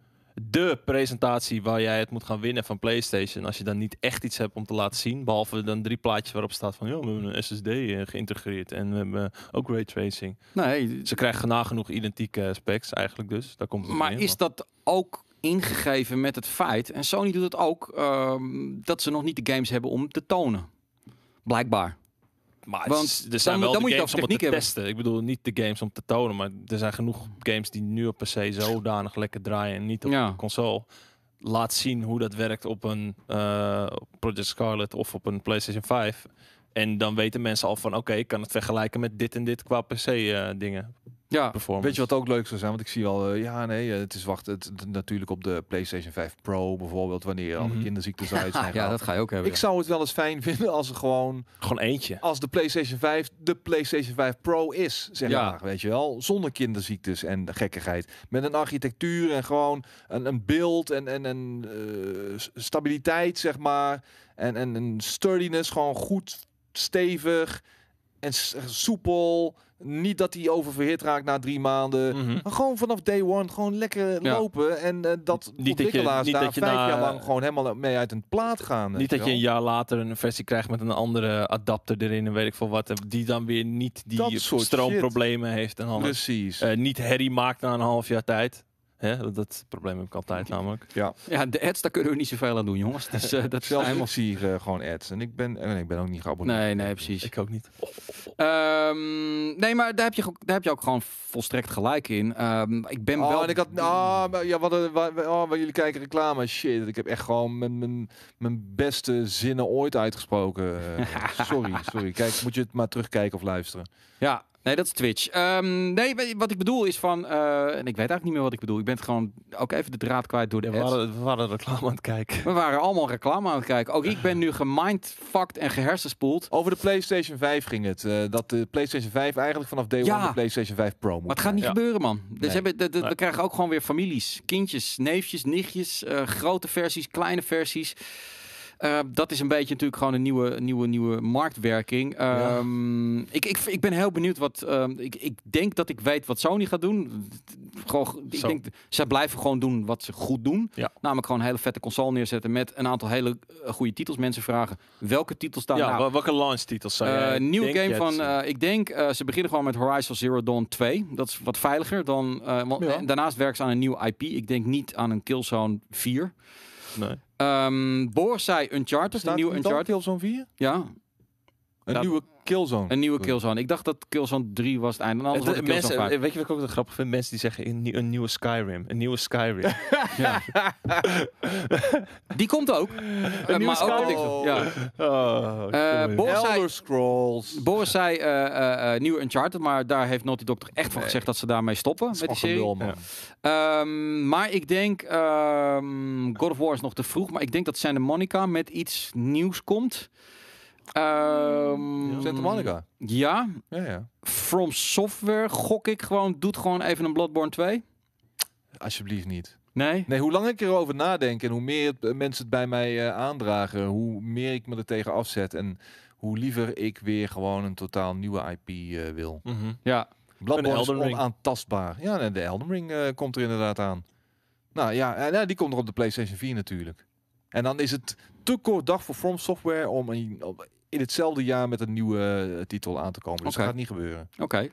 de presentatie waar jij het moet gaan winnen van PlayStation, als je dan niet echt iets hebt om te laten zien, behalve dan 3 plaatjes waarop staat van, we hebben een SSD geïntegreerd en we hebben ook raytracing. Nee, ze krijgen nagenoeg identieke specs eigenlijk dus. Daar komt het maar in, is dat ook ingegeven met het feit, en Sony doet het ook, dat ze nog niet de games hebben om te tonen? Blijkbaar. Maar want er zijn wel dan moet je games om het te hebben. testen. Ik bedoel, niet de games om te tonen, maar er zijn genoeg games die nu op PC zodanig lekker draaien en niet op de console. Laat zien hoe dat werkt op een Project Scarlet of op een PlayStation 5. En dan weten mensen al van, oké, ik kan het vergelijken met dit en dit qua PC dingen. Ja, weet je wat ook leuk zou zijn? Want ik zie al, het is natuurlijk op de PlayStation 5 Pro bijvoorbeeld, wanneer alle kinderziektes uit zijn. Ja, dat ga je ook hebben. Ik zou het wel eens fijn vinden als er gewoon eentje. Als de PlayStation 5 de PlayStation 5 Pro is, zeg maar, weet je wel, zonder kinderziektes en gekkigheid, met een architectuur en gewoon een beeld en stabiliteit, zeg maar, en een sturdiness, gewoon goed stevig en soepel. Niet dat hij oververhit raakt na 3 maanden. Maar gewoon vanaf day one gewoon lekker lopen. En dat ontwikkelaars daar 5 jaar lang gewoon helemaal mee uit een plaat gaan. Niet dat je een jaar later een versie krijgt met een andere adapter erin en weet ik veel wat. Die dan weer niet die stroomproblemen heeft. En alles. Precies. Niet herrie maakt na een half jaar tijd. Dat probleem heb ik altijd namelijk. Ja, de ads, daar kunnen we niet zoveel aan doen, jongens. Dus, dat zelfs ik zie gewoon ads. En ik ben ook niet geabonneerd. Nee, precies. Ik ook niet. Nee, maar daar heb je ook gewoon volstrekt gelijk in. Ik ben wel... En ik had... waar jullie kijken reclame. Shit, ik heb echt gewoon mijn beste zinnen ooit uitgesproken. Sorry. Kijk, moet je het maar terugkijken of luisteren. Ja. Nee, dat is Twitch. Nee, wat ik bedoel is van... en ik weet eigenlijk niet meer wat ik bedoel. Ik ben het gewoon ook even de draad kwijt door de ads. We waren reclame aan het kijken. We waren allemaal reclame aan het kijken. Ook ik ben nu gemindfucked en gehersenspoeld. Over de PlayStation 5 ging het. Dat de PlayStation 5 eigenlijk vanaf day one de PlayStation 5 Pro moet. Maar het gaat niet gebeuren, man. Dus we krijgen ook gewoon weer families. Kindjes, neefjes, nichtjes. Grote versies, kleine versies. Dat is een beetje natuurlijk gewoon een nieuwe marktwerking. Ik ben heel benieuwd wat... ik denk dat ik weet wat Sony gaat doen. Ik denk, zij blijven gewoon doen wat ze goed doen. Ja. Namelijk gewoon een hele vette console neerzetten met een aantal hele goede titels. Mensen vragen, welke titels staan nou? Welke launch titels zou je nieuwe game van... ik denk, ze beginnen gewoon met Horizon Zero Dawn 2. Dat is wat veiliger dan... Daarnaast werken ze aan een nieuw IP. Ik denk niet aan een Killzone 4. Nee. Boris zei Uncharted, een nieuwe Uncharted. Killzone 4? Ja. Een nieuwe Killzone. Een nieuwe Killzone. Ik dacht dat Killzone 3 was het einde. En anders wordt het Killzone 5. Weet je wat ik ook zo grappig vind? Mensen die zeggen een nieuwe Skyrim. Een nieuwe Skyrim. Ja. Die komt ook. Maar ook Elder Scrolls. Boris zei nieuwe Uncharted, maar daar heeft Naughty Dog toch echt van gezegd dat ze daarmee stoppen met die serie. Gelul, man. Maar ik denk God of War is nog te vroeg, maar ik denk dat Santa Monica met iets nieuws komt. Santa Monica. Ja. Ja. From Software gok ik gewoon, doet gewoon even een Bloodborne 2. Alsjeblieft niet. Nee? Nee, hoe lang ik erover nadenk en hoe meer mensen het bij mij aandragen, hoe meer ik me er tegen afzet en hoe liever ik weer gewoon een totaal nieuwe IP wil. Ja. Bloodborne is onaantastbaar. Ja, en de Elden Ring komt er inderdaad aan. Nou ja, die komt nog op de PlayStation 4 natuurlijk. En dan is het te kort dag voor From Software om in hetzelfde jaar met een nieuwe titel aan te komen. Dus dat gaat niet gebeuren. Oké.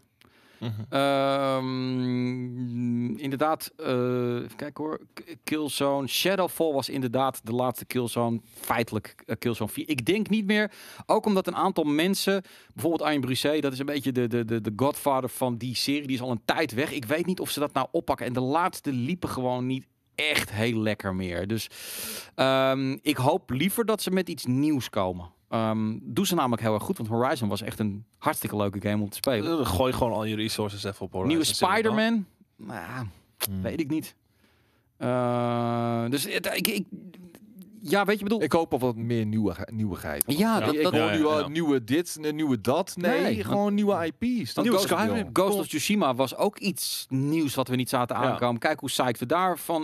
Inderdaad, even kijken hoor. Killzone. Shadowfall was inderdaad de laatste Killzone. Feitelijk Killzone 4. Ik denk niet meer. Ook omdat een aantal mensen, bijvoorbeeld Arjen Brisset, dat is een beetje de godfather van die serie. Die is al een tijd weg. Ik weet niet of ze dat nou oppakken. En de laatste liepen gewoon niet echt heel lekker meer. Dus ik hoop liever dat ze met iets nieuws komen. Doen ze namelijk heel erg goed, want Horizon was echt een hartstikke leuke game om te spelen. Gooi gewoon al je resources even op Horizon. Nieuwe Spider-Man? Nou, weet ik niet. Dus ja, weet je, bedoel... Ik hoop op wat meer nieuwigheid. Ja, ik hoor nu al nieuwe dit, nieuwe dat. Nee, gewoon nieuwe IP's. Ghost of Tsushima was ook iets nieuws wat we niet zaten aankomen. Kijk hoe psyched we daarvan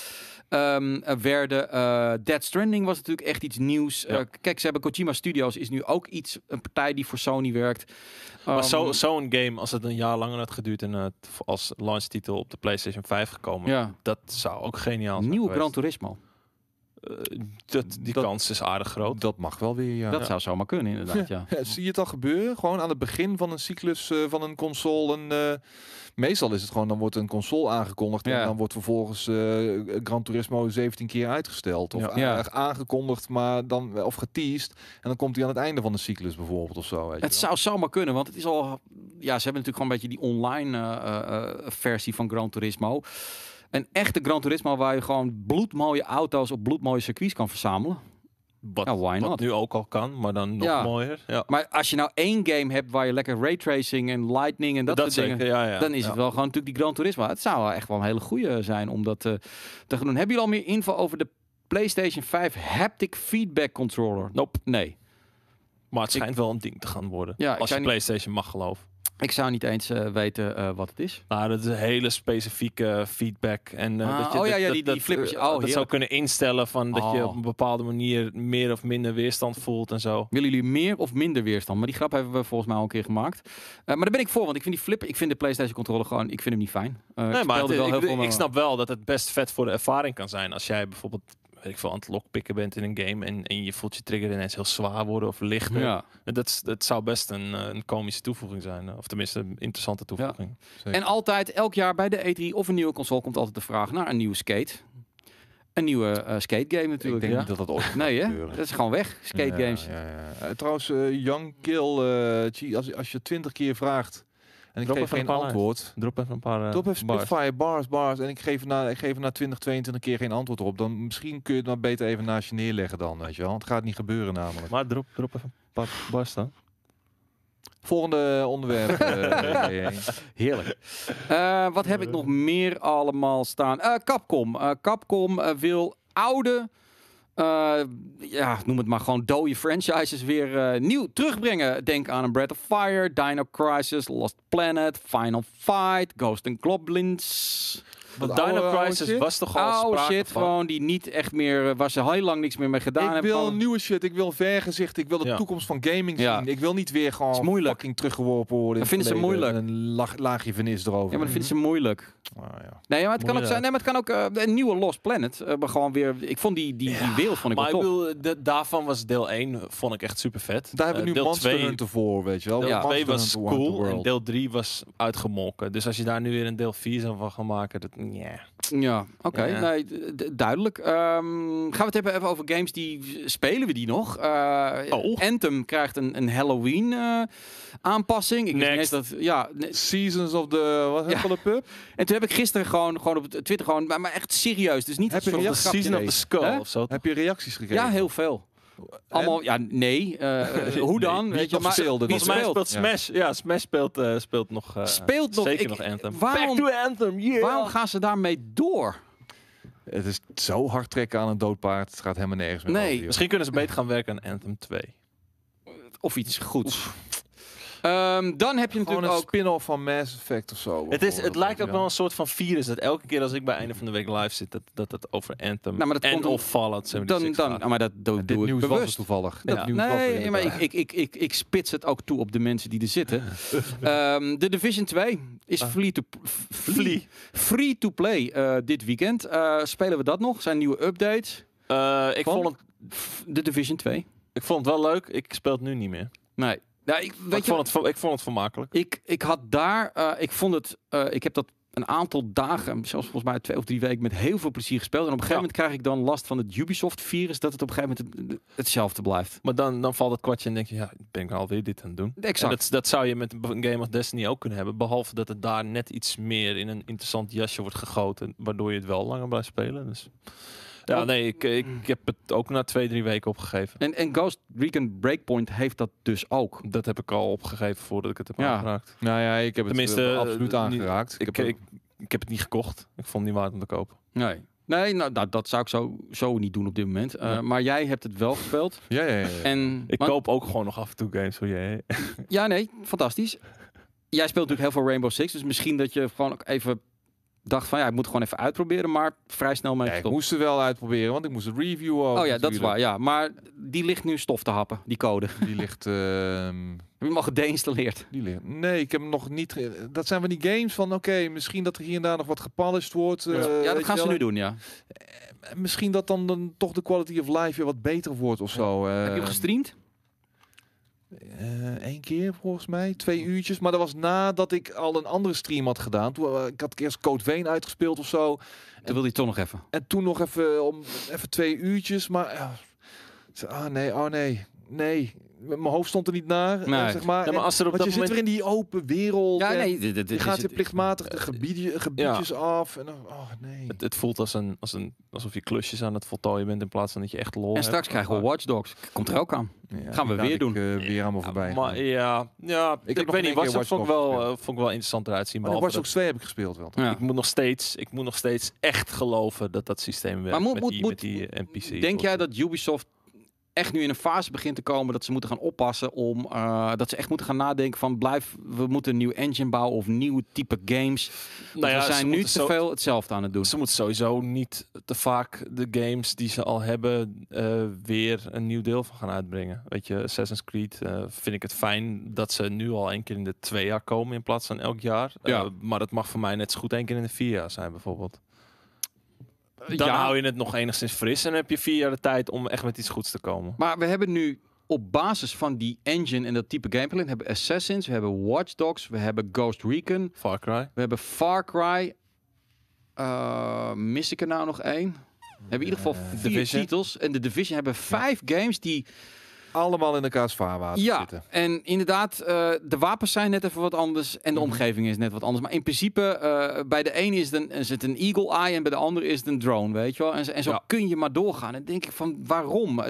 werden. Death Stranding was natuurlijk echt iets nieuws. Kijk, ze hebben Kojima Studios is nu ook een partij die voor Sony werkt. Maar zo'n game, als het een jaar langer had geduurd en als launchtitel op de PlayStation 5 gekomen, dat zou ook geniaal zijn. Nieuwe Gran Turismo. Die kans is aardig groot. Dat mag wel weer, ja. Dat zou zomaar kunnen, inderdaad, ja. Zie je het al gebeuren? Gewoon aan het begin van een cyclus van een console. Meestal is het gewoon, dan wordt een console aangekondigd en dan wordt vervolgens Gran Turismo 17 keer uitgesteld. Of aangekondigd, maar dan of geteased. En dan komt hij aan het einde van de cyclus bijvoorbeeld of zo. Weet het zou zomaar kunnen, want het is al... Ja, ze hebben natuurlijk gewoon een beetje die online versie van Gran Turismo. Een echte Gran Turismo waar je gewoon bloedmooie auto's op bloedmooie circuits kan verzamelen. Wat nu ook al kan, maar dan nog mooier. Ja. Maar als je nou één game hebt waar je lekker raytracing en lightning en dat soort dingen, dan is het wel gewoon natuurlijk die Gran Turismo. Het zou echt wel een hele goede zijn om dat te gaan doen. Hebben jullie al meer info over de PlayStation 5 haptic feedback controller? Nope. Nee. Maar het schijnt wel een ding te gaan worden. Ja, als je PlayStation mag geloven. Ik zou niet eens weten wat het is. Nou, dat is een hele specifieke feedback. En die flippers. Dat zou kunnen instellen van dat je op een bepaalde manier meer of minder weerstand voelt en zo. Willen jullie meer of minder weerstand? Maar die grap hebben we volgens mij al een keer gemaakt. Maar daar ben ik voor, want ik vind die flipper, ik vind de PlayStation controller gewoon, ik vind hem niet fijn. Ik snap wel dat het best vet voor de ervaring kan zijn. Als jij bijvoorbeeld weet ik veel, aan het lockpikken bent in een game en je voelt je trigger ineens heel zwaar worden of lichter. Ja. Dat zou best een komische toevoeging zijn. Of tenminste een interessante toevoeging. Ja. En altijd, elk jaar bij de E3 of een nieuwe console komt altijd de vraag naar een nieuwe skate. Een nieuwe skate game natuurlijk. Ik denk niet dat dat ooit nee, hè? Dat is gewoon weg, skate games. Ja. Trouwens, Young Kill, als je 20 keer vraagt en ik geef geen antwoord. Drop even een paar Drop even Spitfire, bars. En ik geef na 20, 22 keer geen antwoord op. Dan misschien kun je het maar beter even naast je neerleggen dan, weet je wel. Het gaat niet gebeuren namelijk. Maar drop even een paar bars dan. Volgende onderwerp. Heerlijk. Wat heb ik nog meer allemaal staan? Capcom. Capcom wil oude... noem het maar gewoon dode franchises weer nieuw terugbrengen. Denk aan een Breath of Fire, Dino Crisis, Lost Planet, Final Fight, Ghost and Goblins. Dino Crisis was toch al sprake shit van? Gewoon die niet echt meer, waar ze heel lang niks meer mee gedaan hebben. Ik wil nieuwe shit, ik wil vergezicht, ik wil de toekomst van gaming zien. Ik wil niet weer gewoon fucking teruggeworpen worden. Dat vinden ze moeilijk. Een laagje vernis erover. Ja, maar dat vinden ze moeilijk. Nee, maar het kan ook zijn. Nee, maar het kan ook een nieuwe Lost Planet. Maar gewoon weer. Ik vond die wereld vond ik wel tof. Maar daarvan was deel 1 vond ik echt super vet. Daar hebben we nu deel Monster Hunter voor, weet je wel. Deel 2 was cool en deel 3 was uitgemolken. Dus als je daar nu weer een deel 4 zou van gaan maken, Ja, oké. Ja. Nee, duidelijk. Gaan we het hebben even over games die... Spelen we die nog? Anthem krijgt een Halloween aanpassing. Ik wist niet eens dat... Ja, Seasons of the... Wat heet de pub? en toen heb ik gisteren gewoon op Twitter gewoon... Maar echt serieus. Dus niet Heb een je soort grapje. Season of the Skull of zo. Heb je reacties gekregen? Ja, heel veel. Allemaal, ja, nee. Hoe dan? Wie Weet je, nog gespeeld? wie Volgens mij speelt? speelt Smash. Ja, Smash speelt nog. Speelt nog. Zeker nog Anthem. Waarom, Back to Anthem, yeah! waarom gaan ze daarmee door? Het is zo hard trekken aan een dood paard. Het gaat helemaal nergens meer Nee. over, joh. Misschien kunnen ze beter gaan werken aan Anthem 2. Of iets goeds. Dan heb je Gewoon natuurlijk een ook... spin-off van Mass Effect of zo. Het lijkt ook wel een soort van virus dat elke keer als ik bij einde van de week live zit, dat het over Anthem Nou, maar dat en komt of Fallout 76 gaat. maar dat doe Dit ik nieuws was het bewust. toevallig. Dat- Dit nieuws was het nee, maar inderdaad. ik spits het ook toe op de mensen die er zitten. The Division 2 is free to play dit weekend. Spelen we dat nog? Zijn nieuwe updates? Ik Van? vond The Division 2? het wel leuk. Ik speel het nu niet meer. Nee. Ja, ik Ik vond het vermakelijk. Ik had daar, ik heb dat een aantal dagen, zelfs volgens mij 2 of 3 weken, met heel veel plezier gespeeld. En op een gegeven moment krijg ik dan last van het Ubisoft-virus, dat het op een gegeven moment hetzelfde blijft. Maar dan valt het kwartje en denk je, ja, ben ik alweer dit aan het doen. Exact. En dat zou je met een game als Destiny ook kunnen hebben. Behalve dat het daar net iets meer in een interessant jasje wordt gegoten. Waardoor je het wel langer blijft spelen. Dus ja, nee, ik heb het ook na 2-3 weken opgegeven. En Ghost Recon Breakpoint heeft dat dus ook. Dat heb ik al opgegeven voordat ik het heb Ja. aangeraakt. Nou ja, ik heb het Tenminste, absoluut aangeraakt. Ik heb het niet gekocht. Ik vond het niet waard om te kopen. Nee, nou, dat zou ik zo niet doen op dit moment. Maar jij hebt het wel gespeeld. Ja. En, Ik koop ook gewoon nog af en toe games voor je. Ja, nee, fantastisch. Jij speelt natuurlijk heel veel Rainbow Six, dus misschien dat je gewoon ook even dacht van ja, ik moet gewoon even uitproberen, maar vrij snel mee Ja, ik gestopt. moest er wel uitproberen, want ik moest een review ook. Oh ja, dat is natuurlijk. waar. Ja, maar die ligt nu stof te happen, die code. Die ligt... Heb je hem al gedeinstalleerd? Nee, ik heb hem nog niet... Dat zijn van die games van, oké, misschien dat er hier en daar nog wat gepolished wordt. Ja, weet dat je gaan ze wel. nu doen, ja. Misschien dat dan toch de quality of life weer wat beter wordt of zo. Heb je hem gestreamd? 1 keer volgens mij, 2 uurtjes. Maar dat was nadat ik al een andere stream had gedaan. Toen, ik had eerst Code Vein uitgespeeld of zo. Toen wil hij toch nog even. En toen nog even 2 uurtjes. Maar nee. Mijn hoofd stond er niet naar. Nee. Zeg maar. Ja, maar als er op Want dat je zit moment... weer in die open wereld. Ja, en nee. je gaat weer plichtmatig de gebiedjes af. En dan, nee. Het voelt alsof je klusjes aan het voltooien bent in plaats van dat je echt lol En hebt. straks krijgen we Watch Dogs. Komt er ook aan. Ja, Gaan we die weer laat doen. ik, weer allemaal voorbij. Maar ja, ik heb nog weet niet. geen keer Watch Dogs vond Watch ik wel interessant eruit zien. Maar Watch behalve Dogs 2 heb ik gespeeld wel. Ja. Ik moet nog steeds echt geloven dat systeem werkt Maar met die NPC. Denk jij dat Ubisoft echt nu in een fase begint te komen dat ze moeten gaan oppassen om dat ze echt moeten gaan nadenken van we moeten een nieuw engine bouwen of nieuw type games. Nou ja, we zijn ze nu moeten te veel hetzelfde aan het doen. Ze moeten sowieso niet te vaak de games die ze al hebben weer een nieuw deel van gaan uitbrengen. Weet je, Assassin's Creed vind ik het fijn dat ze nu al 1 keer in de 2 jaar komen in plaats van elk jaar. Ja. Maar dat mag voor mij net zo goed 1 keer in de 4 jaar zijn bijvoorbeeld. Dan Ja. hou je het nog enigszins fris en heb je 4 jaar de tijd om echt met iets goeds te komen. Maar we hebben nu op basis van die engine en dat type gameplay, we hebben Assassins, we hebben Watch Dogs, we hebben Ghost Recon, Far Cry. we hebben Far Cry. Mis ik er nou nog 1? We hebben in ieder geval 4 Division. titels. En de Division hebben 5 games die... Allemaal in elkaars vaarwater Ja, zitten. en inderdaad, de wapens zijn net even wat anders en de omgeving is net wat anders. Maar in principe, bij de ene is het een Eagle Eye en bij de andere is het een drone, weet je wel. En zo kun je maar doorgaan. En dan denk ik van, waarom?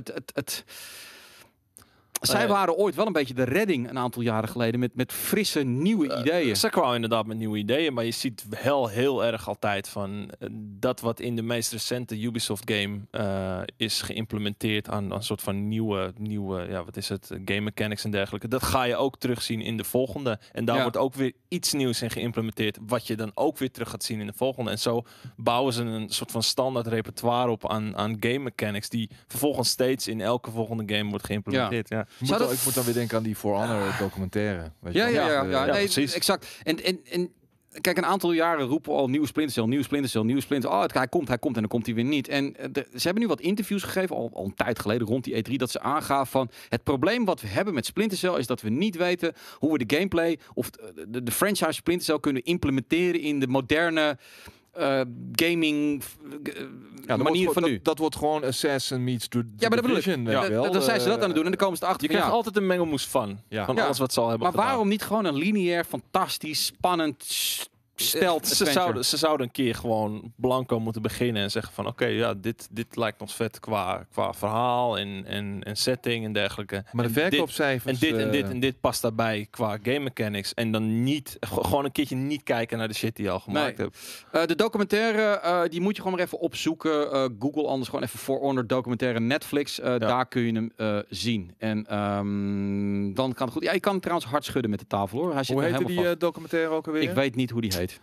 Zij waren ooit wel een beetje de redding een aantal jaren geleden met frisse, nieuwe ideeën. Ze kwamen inderdaad met nieuwe ideeën, maar je ziet heel erg altijd van dat wat in de meest recente Ubisoft game is geïmplementeerd aan een soort van nieuwe, ja, wat is het, game mechanics en dergelijke. Dat ga je ook terugzien in de volgende. En daar wordt ook weer iets nieuws in geïmplementeerd, wat je dan ook weer terug gaat zien in de volgende. En zo bouwen ze een soort van standaard repertoire op aan game mechanics, die vervolgens steeds in elke volgende game wordt geïmplementeerd. Ja. Ik moet dan weer denken aan die For Honor documentaire. Weet je Ja, wel? nee, precies. exact. En kijk, een aantal jaren roepen we al nieuwe Splinter Cell. Oh, hij komt en dan komt hij weer niet. En ze hebben nu wat interviews gegeven, al een tijd geleden rond die E3, dat ze aangaven van het probleem wat we hebben met Splinter Cell is dat we niet weten hoe we de gameplay of de franchise Splinter Cell kunnen implementeren in de moderne gaming manier van nu. Dat wordt gewoon Assassin meets the maar dat bedoel ik. Division. Dan zijn ze dat aan het doen en dan komen ze erachter. Je krijgt altijd een mengelmoes van alles wat ze al hebben maar gedaan. waarom niet gewoon een lineair, fantastisch, spannend stelt? Ze zouden een keer gewoon blanco moeten beginnen en zeggen van oké, dit lijkt ons vet qua verhaal en setting en dergelijke. Maar de verkoopcijfers... En dit past daarbij qua game mechanics. En dan niet, gewoon een keertje niet kijken naar de shit die je al gemaakt hebt. De documentaire, die moet je gewoon maar even opzoeken. Google anders gewoon even For Honor documentaire Netflix. Daar kun je hem zien. En dan kan het goed. Ja, je kan trouwens hard schudden met de tafel hoor. Hij zit hoe heette die vast. documentaire ook alweer? Ik weet niet hoe die heet.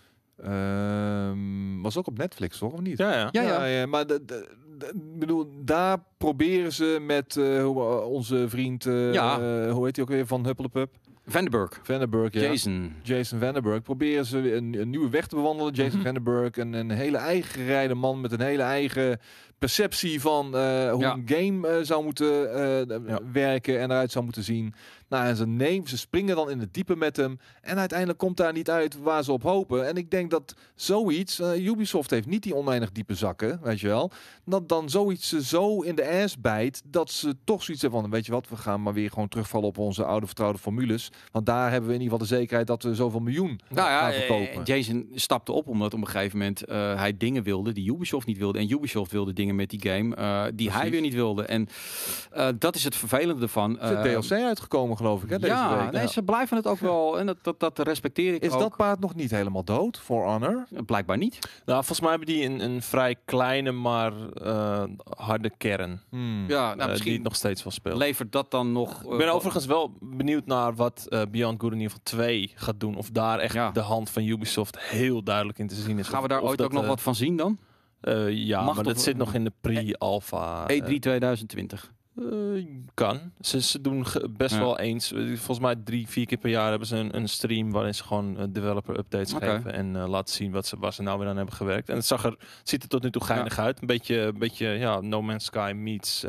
Was ook op Netflix, toch? Of niet? Ja. Maar bedoel, daar proberen ze met onze vriend, hoe heet hij ook weer, van Huppelepup? Vandenberg, ja. Jason Vandenberg. Proberen ze een nieuwe weg te bewandelen. Jason Vandenberg, een hele eigen gerijde man met een hele eigen perceptie van hoe een game zou moeten werken en eruit zou moeten zien. Nou, en ze springen dan in het diepe met hem. En uiteindelijk komt daar niet uit waar ze op hopen. En ik denk dat zoiets... Ubisoft heeft niet die oneindig diepe zakken, weet je wel. Dat dan zoiets ze zo in de ass bijt, dat ze toch zoiets hebben van, weet je wat, we gaan maar weer gewoon terugvallen op onze oude vertrouwde formules. Want daar hebben we in ieder geval de zekerheid dat we zoveel miljoen gaan verkopen. Jason stapte op omdat op een gegeven moment hij dingen wilde die Ubisoft niet wilde. En Ubisoft wilde dingen met die game die hij weer niet wilde. En dat is het vervelende ervan. Er is DLC uitgekomen, geloof ik, hè, deze week. Nee, ze blijven het ook wel. En dat respecteer ik ook. Is dat paard nog niet helemaal dood, For Honor? Blijkbaar niet. Nou, volgens mij hebben die een vrij kleine, maar harde kern. Misschien die het nog steeds wel speelt. Levert dat dan nog... ik ben overigens wel benieuwd naar wat Beyond Good and Evil 2 gaat doen. Of daar echt de hand van Ubisoft heel duidelijk in te zien is. Gaan we daar ooit ook nog wat van zien dan? Maar dat zit nog in de pre-alpha. E3 2020. Kan. Ze doen best wel eens. Volgens mij 3-4 keer per jaar hebben ze een stream waarin ze gewoon developer updates geven en laten zien waar ze nou weer aan hebben gewerkt. En het ziet er tot nu toe geinig uit. Een beetje No Man's Sky meets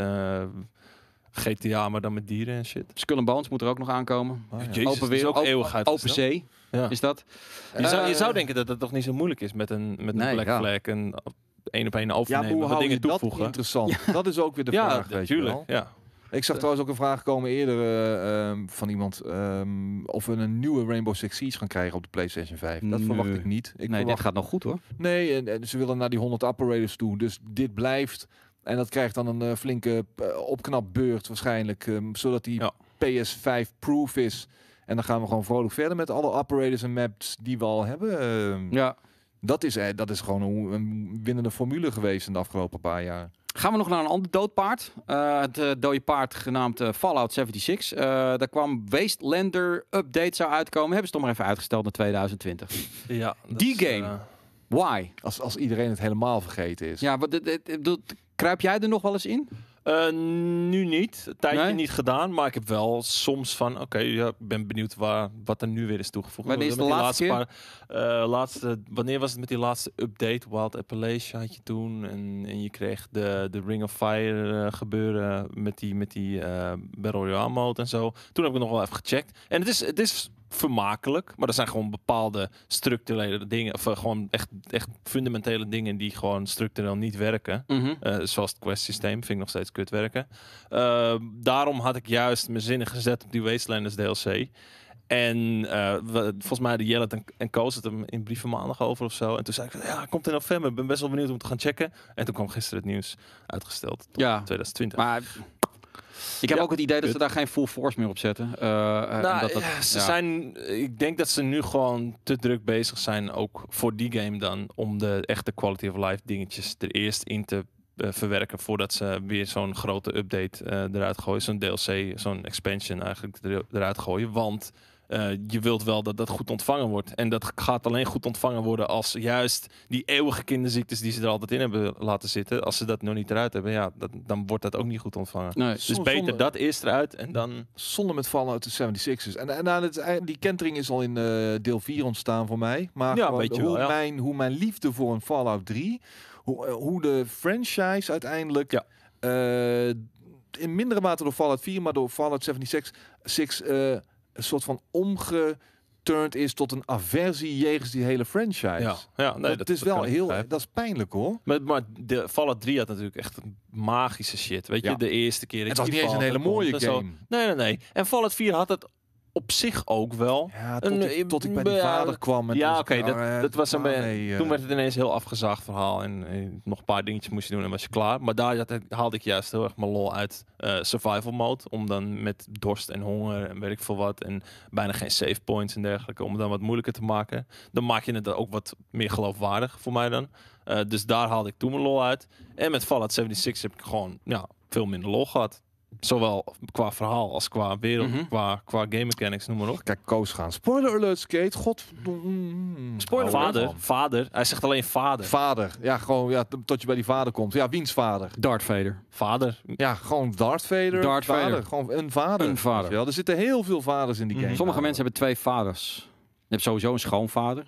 GTA, maar dan met dieren en shit. Skull and Bones moet er ook nog aankomen. Jezus, open weer, ook eeuwigheid. Open zee is dat. Je zou denken dat het toch niet zo moeilijk is met een Black Flag en één op één overnemen, maar wat dingen dat toevoegen. Interessant. Dat is ook weer de vraag. Natuurlijk. Ja. Ik zag trouwens ook een vraag komen eerder van iemand of we een nieuwe Rainbow Six Siege gaan krijgen op de PlayStation 5. Dat verwacht ik niet. Dit gaat nog goed hoor. Nee, en ze willen naar die 100 operators toe. Dus dit blijft. En dat krijgt dan een flinke opknapbeurt waarschijnlijk. Zodat die PS5 proof is. En dan gaan we gewoon vrolijk verder met alle operators en maps die we al hebben. Dat is gewoon een winnende formule geweest in de afgelopen paar jaar. Gaan we nog naar een ander doodpaard. Het dode paard genaamd Fallout 76. Daar kwam Wastelander update zou uitkomen. Hebben ze toch maar even uitgesteld naar 2020. Ja, die game. Why? Als iedereen het helemaal vergeten is. Ja, kruip jij er nog wel eens in? Nu niet. Een tijdje niet gedaan. Maar ik heb wel soms van... ik ben benieuwd wat er nu weer is toegevoegd. Wanneer is de laatste keer? Wanneer was het met die laatste update? Wild Appalachia had je toen. En je kreeg de Ring of Fire gebeuren met die Battle Royale mode en zo. Toen heb ik nog wel even gecheckt. En het is vermakelijk, maar er zijn gewoon bepaalde structurele dingen, of gewoon echt fundamentele dingen die gewoon structureel niet werken. Zoals het quest systeem vind ik nog steeds kut werken. Daarom had ik juist mijn zinnen gezet op die Wastelanders DLC. En volgens mij hadden Jellet en Koos het hem in brieven maandag over of zo. En toen zei ik, komt in november. Ik ben best wel benieuwd om te gaan checken. En toen kwam gisteren het nieuws uitgesteld tot 2020. Maar ik heb ook het idee dat ze daar geen full force meer op zetten. Ik denk dat ze nu gewoon te druk bezig zijn, ook voor die game dan, om de echte quality of life dingetjes er eerst in te verwerken voordat ze weer zo'n grote update eruit gooien. Zo'n DLC, zo'n expansion eigenlijk eruit gooien. Want je wilt wel dat dat goed ontvangen wordt. En dat gaat alleen goed ontvangen worden als juist die eeuwige kinderziektes die ze er altijd in hebben laten zitten, als ze dat nog niet eruit hebben, dan wordt dat ook niet goed ontvangen. Nee, dus beter dat eerst eruit en dan... Zonde met Fallout de 76ers. En die kentering is al in deel 4 ontstaan voor mij. Maar hoe mijn liefde voor een Fallout 3, hoe de franchise uiteindelijk in mindere mate door Fallout 4, maar door Fallout 76 een soort van turned is tot een aversie jegens die hele franchise. Nee, dat is wel heel... Dat is pijnlijk, hoor. Maar de Fallout 3 had natuurlijk echt magische shit. Weet je, de eerste keer... Het was niet eens een hele mooie game. Nee. En Fallout 4 had het op zich ook wel. Ja, tot ik bij die vader kwam. En dat was toen werd het ineens heel afgezaagd verhaal. En nog een paar dingetjes moest je doen en was je klaar. Maar daar haalde ik juist heel erg mijn lol uit survival mode. Om dan met dorst en honger en weet ik veel wat. En bijna geen save points en dergelijke. Om het dan wat moeilijker te maken. Dan maak je het ook wat meer geloofwaardig voor mij dan. Dus daar haalde ik toen mijn lol uit. En met Fallout 76 heb ik gewoon veel minder lol gehad. Zowel qua verhaal als qua wereld, qua game mechanics, noem maar op. Kijk, Koos gaan. Spoiler alert, Skate. God. Spoiler. Vader. Hij zegt alleen vader. Vader. Ja, gewoon tot je bij die vader komt. Ja, wiens vader? Darth Vader. Vader. Ja, gewoon Darth Vader. Darth Vader. Gewoon een vader. Een vader. Wel. Er zitten heel veel vaders in die game. Sommige mensen hebben 2 vaders. Je hebt sowieso een schoonvader.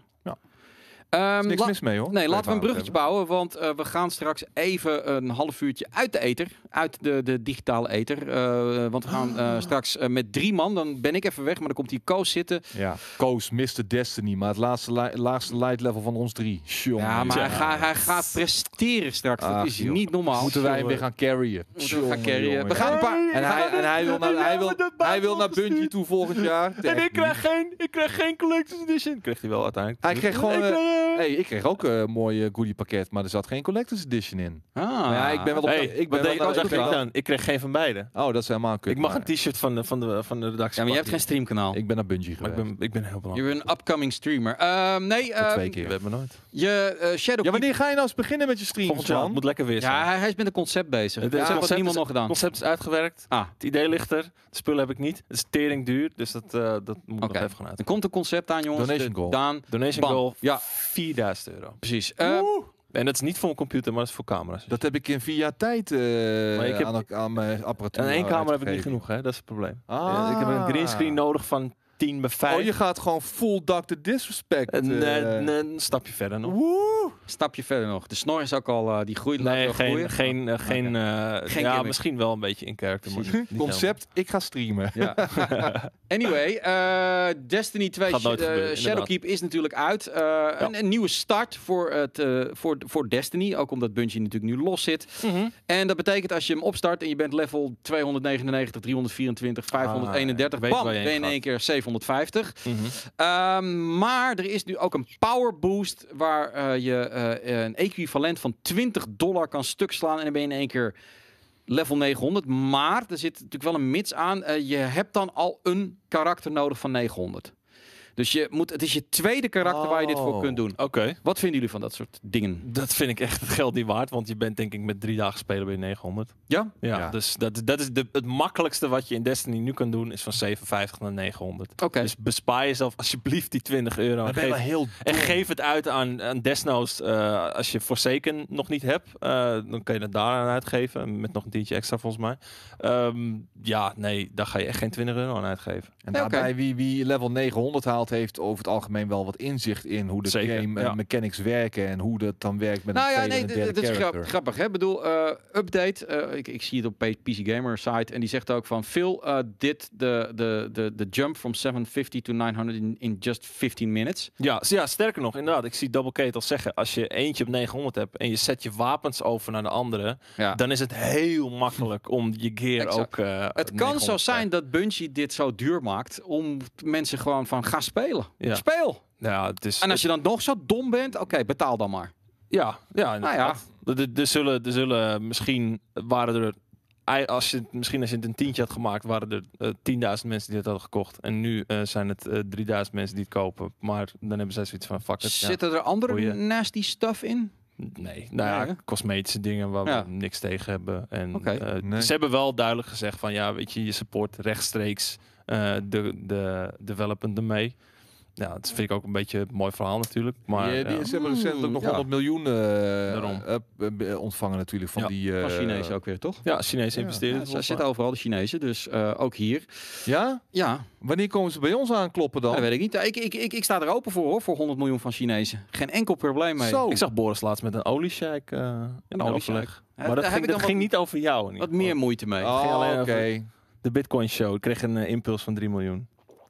Er is niks mis mee, hoor. Nee, laten we een bruggetje bouwen, want we gaan straks even een half uurtje uit de ether, uit de digitale ether. Want we gaan straks met 3 man, dan ben ik even weg, maar dan komt hier Koos zitten. Ja, Koos, Mr. Destiny, maar het laagste light level van ons 3. Ja, maar hij gaat presteren straks, dat is niet normaal. Moeten wij hem weer gaan carryen. We gaan een paar... En hij wil naar Bungie toe volgend jaar. En ik krijg geen Collector's Edition. Kreeg hij wel uiteindelijk. Hij kreeg gewoon... ik kreeg ook een mooi goodie pakket, maar er zat geen Collector's Edition in. Ja, ik ben wel op Ik kreeg geen van beide. Oh, dat is helemaal kut. Ik mag een t-shirt van de redactie. Ja, maar je hebt geen streamkanaal. Ik ben naar Bungie geweest. Maar ik ben heel belangrijk. Je bent een upcoming streamer. Nee, 2 keer. We hebben nooit. Shadow. Ja, wanneer ga je nou eens beginnen met je streams, Volgend jaar. man? Het moet lekker weer zijn. Ja, hij is met een concept bezig. Dat heeft niemand nog gedaan. Het concept is uitgewerkt. Het idee ligt er. De spullen heb ik niet. Het is tering duur, dus dat moet nog even gaan uit. Er komt een concept aan, jongens. Donation goal. Ja. €4.000. Precies. En dat is niet voor een computer, maar dat is voor camera's. Dat heb ik in 4 jaar tijd aan mijn apparatuur. En 1 camera heb ik niet genoeg, hè? Dat is het probleem. Ik heb een greenscreen nodig van 10 bij 5. Oh, je gaat gewoon full Dr. Disrespect. Een stapje verder nog. Stapje verder nog. De snor is ook al, die groeit. Nee, geen misschien wel een beetje in character. Maar concept, ik ga streamen. Ja. Anyway, Destiny 2 Shadowkeep is natuurlijk uit. Een nieuwe start voor Destiny. Ook omdat Bungie natuurlijk nu los zit. En dat betekent als je hem opstart en je bent level 299, 324, 531. Bam, ben je in één keer 750. Maar er is nu ook een power boost waar je een equivalent van $20 kan stuk slaan en dan ben je in één keer level 900. Maar er zit natuurlijk wel een mits aan. Je hebt dan al een karakter nodig van 900. Dus het is je tweede karakter waar je dit voor kunt doen. Oké. Wat vinden jullie van dat soort dingen? Dat vind ik echt het geld niet waard. Want je bent denk ik met 3 dagen spelen bij 900. Ja? Ja. Dus dat is het makkelijkste wat je in Destiny nu kan doen. Is van 750 naar 900. Oké. Dus bespaar jezelf alsjeblieft die €20. En geef het uit aan Desnos. Als je Forsaken nog niet hebt. Dan kan je het daaraan uitgeven. Met nog een tientje extra volgens mij. Daar ga je echt geen €20 aan uitgeven. En daarbij wie level 900 haalt, heeft over het algemeen wel wat inzicht in hoe de game mechanics werken en hoe dat dan werkt met een tweede en derde character. Dat is grappig, hè? Ik bedoel, update. Ik zie het op PC Gamer site en die zegt ook van Phil did the jump from 750 to 900 in just 15 minutes. Ja, sterker nog, inderdaad. Ik zie Double Kate al zeggen, als je eentje op 900 hebt en je zet je wapens over naar de andere, dan is het heel makkelijk om je gear ook... het kan zo zijn dat Bungie dit zo duur maakt om mensen gewoon van ga spelen. Ja. Speel! Ja, het is, en als je dan nog zo dom bent, oké, betaal dan maar. Ja. Er zullen misschien waren er... Als je het een tientje had gemaakt, waren er 10.000 mensen die het hadden gekocht. En nu zijn het 3.000 mensen die het kopen. Maar dan hebben zij zoiets van, fuck it. Zitten er andere nasty stuff in? Nee, cosmetische dingen waar we niks tegen hebben. En ze hebben wel duidelijk gezegd van, je support rechtstreeks de development ermee. Ja, dat vind ik ook een beetje een mooi verhaal natuurlijk. Maar, ze hebben recentelijk nog 100 miljoen ontvangen natuurlijk van die... van Chinezen ook weer, toch? Ja, Chinese investeerders. Ze zitten overal, de Chinezen, dus ook hier. Ja? Ja. Wanneer komen ze bij ons aankloppen dan? Dat weet ik niet. Ik sta er open voor, hoor, voor 100 miljoen van Chinezen. Geen enkel probleem mee. Zo. Ik zag Boris laatst met een oliesjeik in overleg. Maar dat ging niet over jou. Wat meer moeite mee. Het ging alleen over de Bitcoin show. Ik kreeg een impuls van 3 miljoen.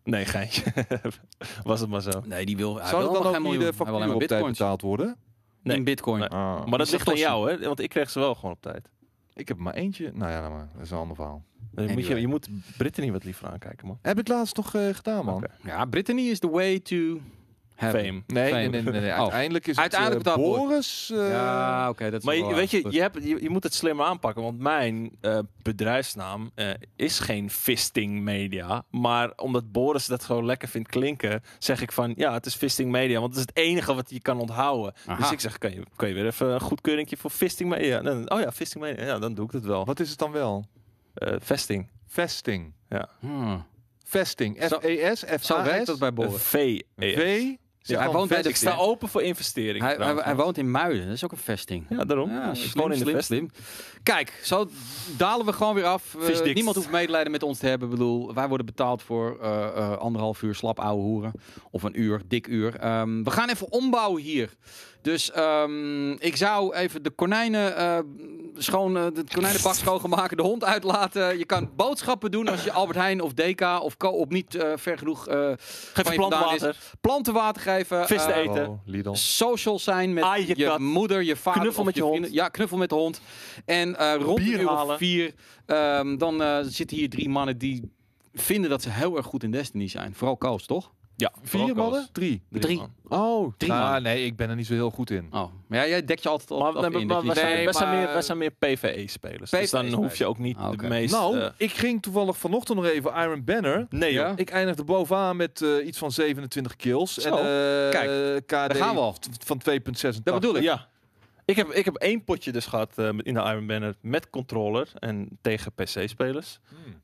Nee, geintje. Was het maar zo. Nee, die wil... Zou er dan ook niet de factuur op tijd bitcoins. betaald worden? Nee. In bitcoin. Nee. Ah. Maar dat ligt aan jou, hè? Want ik kreeg ze wel gewoon op tijd. Ik heb er maar eentje. Nou ja, maar dat is een ander verhaal. Je moet Brittany wat liever aankijken, man. Heb ik laatst nog gedaan, man. Oké. Ja, Brittany is the way to... Fame. Nee. Oh. Uiteindelijk is Uiteindelijk het betaald wordt. Boris. Ja, oké. Dat is Maar wel weet goed. je moet het slimmer aanpakken. Want mijn bedrijfsnaam is geen Fisting Media. Maar omdat Boris dat gewoon lekker vindt klinken, zeg ik van ja, het is Fisting Media. Want het is het enige wat je kan onthouden. Aha. Dus ik zeg, kan je weer even een goedkeuringje voor Fisting Media? Oh ja, Fisting Media. Ja, dan doe ik het wel. Wat is het dan wel? Vesting. Vesting. Ja. Vesting. Zo- F-E-S, Zo werkt dat F-A-S, bij Boris. V. V. Ja, hij woont bij de- Ik sta open voor investering. Hij woont in Muiden. Dat is ook een vesting. Ja, daarom. Ja, Ik slim, woon in de slim, vesting. slim. Kijk, zo dalen we gewoon weer af. Visdiks. Niemand hoeft medelijden met ons te hebben. Ik bedoel, wij worden betaald voor 1,5 uur slap ouwe hoeren. Of een uur, dik uur. We gaan even ombouwen hier. Dus ik zou even de konijnen de konijnenbak schoonmaken, de hond uitlaten. Je kan boodschappen doen als je Albert Heijn of DK of Coop niet ver genoeg Geef van je je planten vandaan is. water. Planten water geven. Vis te eten. Oh, Lidl. Social zijn met Aai je je kat. moeder, je vader. Knuffel of met je vrienden. hond. Ja, knuffel met de hond. En rond Bier een uur of halen. 4 dan zitten hier 3 mannen die vinden dat ze heel erg goed in Destiny zijn. Vooral Koos, toch? Ja, 4 mannen? 3. 3. man. Oh, 3 ah, man. nee, ik ben er niet zo heel goed in. Oh, maar ja, jij dekt je altijd op. Maar, af in. wij dat je- wij zijn meer PvE-spelers. Dus dan PvE hoef je ook niet Ah, oké. de meest... Nou, ik ging toevallig vanochtend nog even Iron Banner. nee, Ja? joh. Ik eindigde bovenaan met iets van 27 kills. Zo, En kijk, KD daar gaan we al. van 2,86. Dat bedoel ik. Ja. Ik heb 1 potje dus gehad in de Iron Banner met controller en tegen PC-spelers.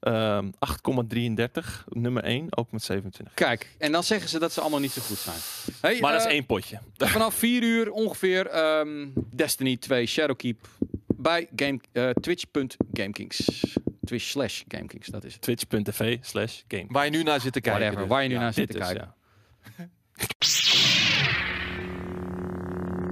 8,33, nummer 1, ook met 27. Kijk, en dan zeggen ze dat ze allemaal niet zo goed zijn. Hey, Maar dat is 1 potje. vanaf 4 uur ongeveer Destiny 2 Shadowkeep bij twitch.gamekings. Twitch/Gamekings, dat is het. Twitch.tv/game. Waar je nu naar zit te kijken. Whatever, dus. waar je nu Ja, naar zit dit te is, kijken. ja.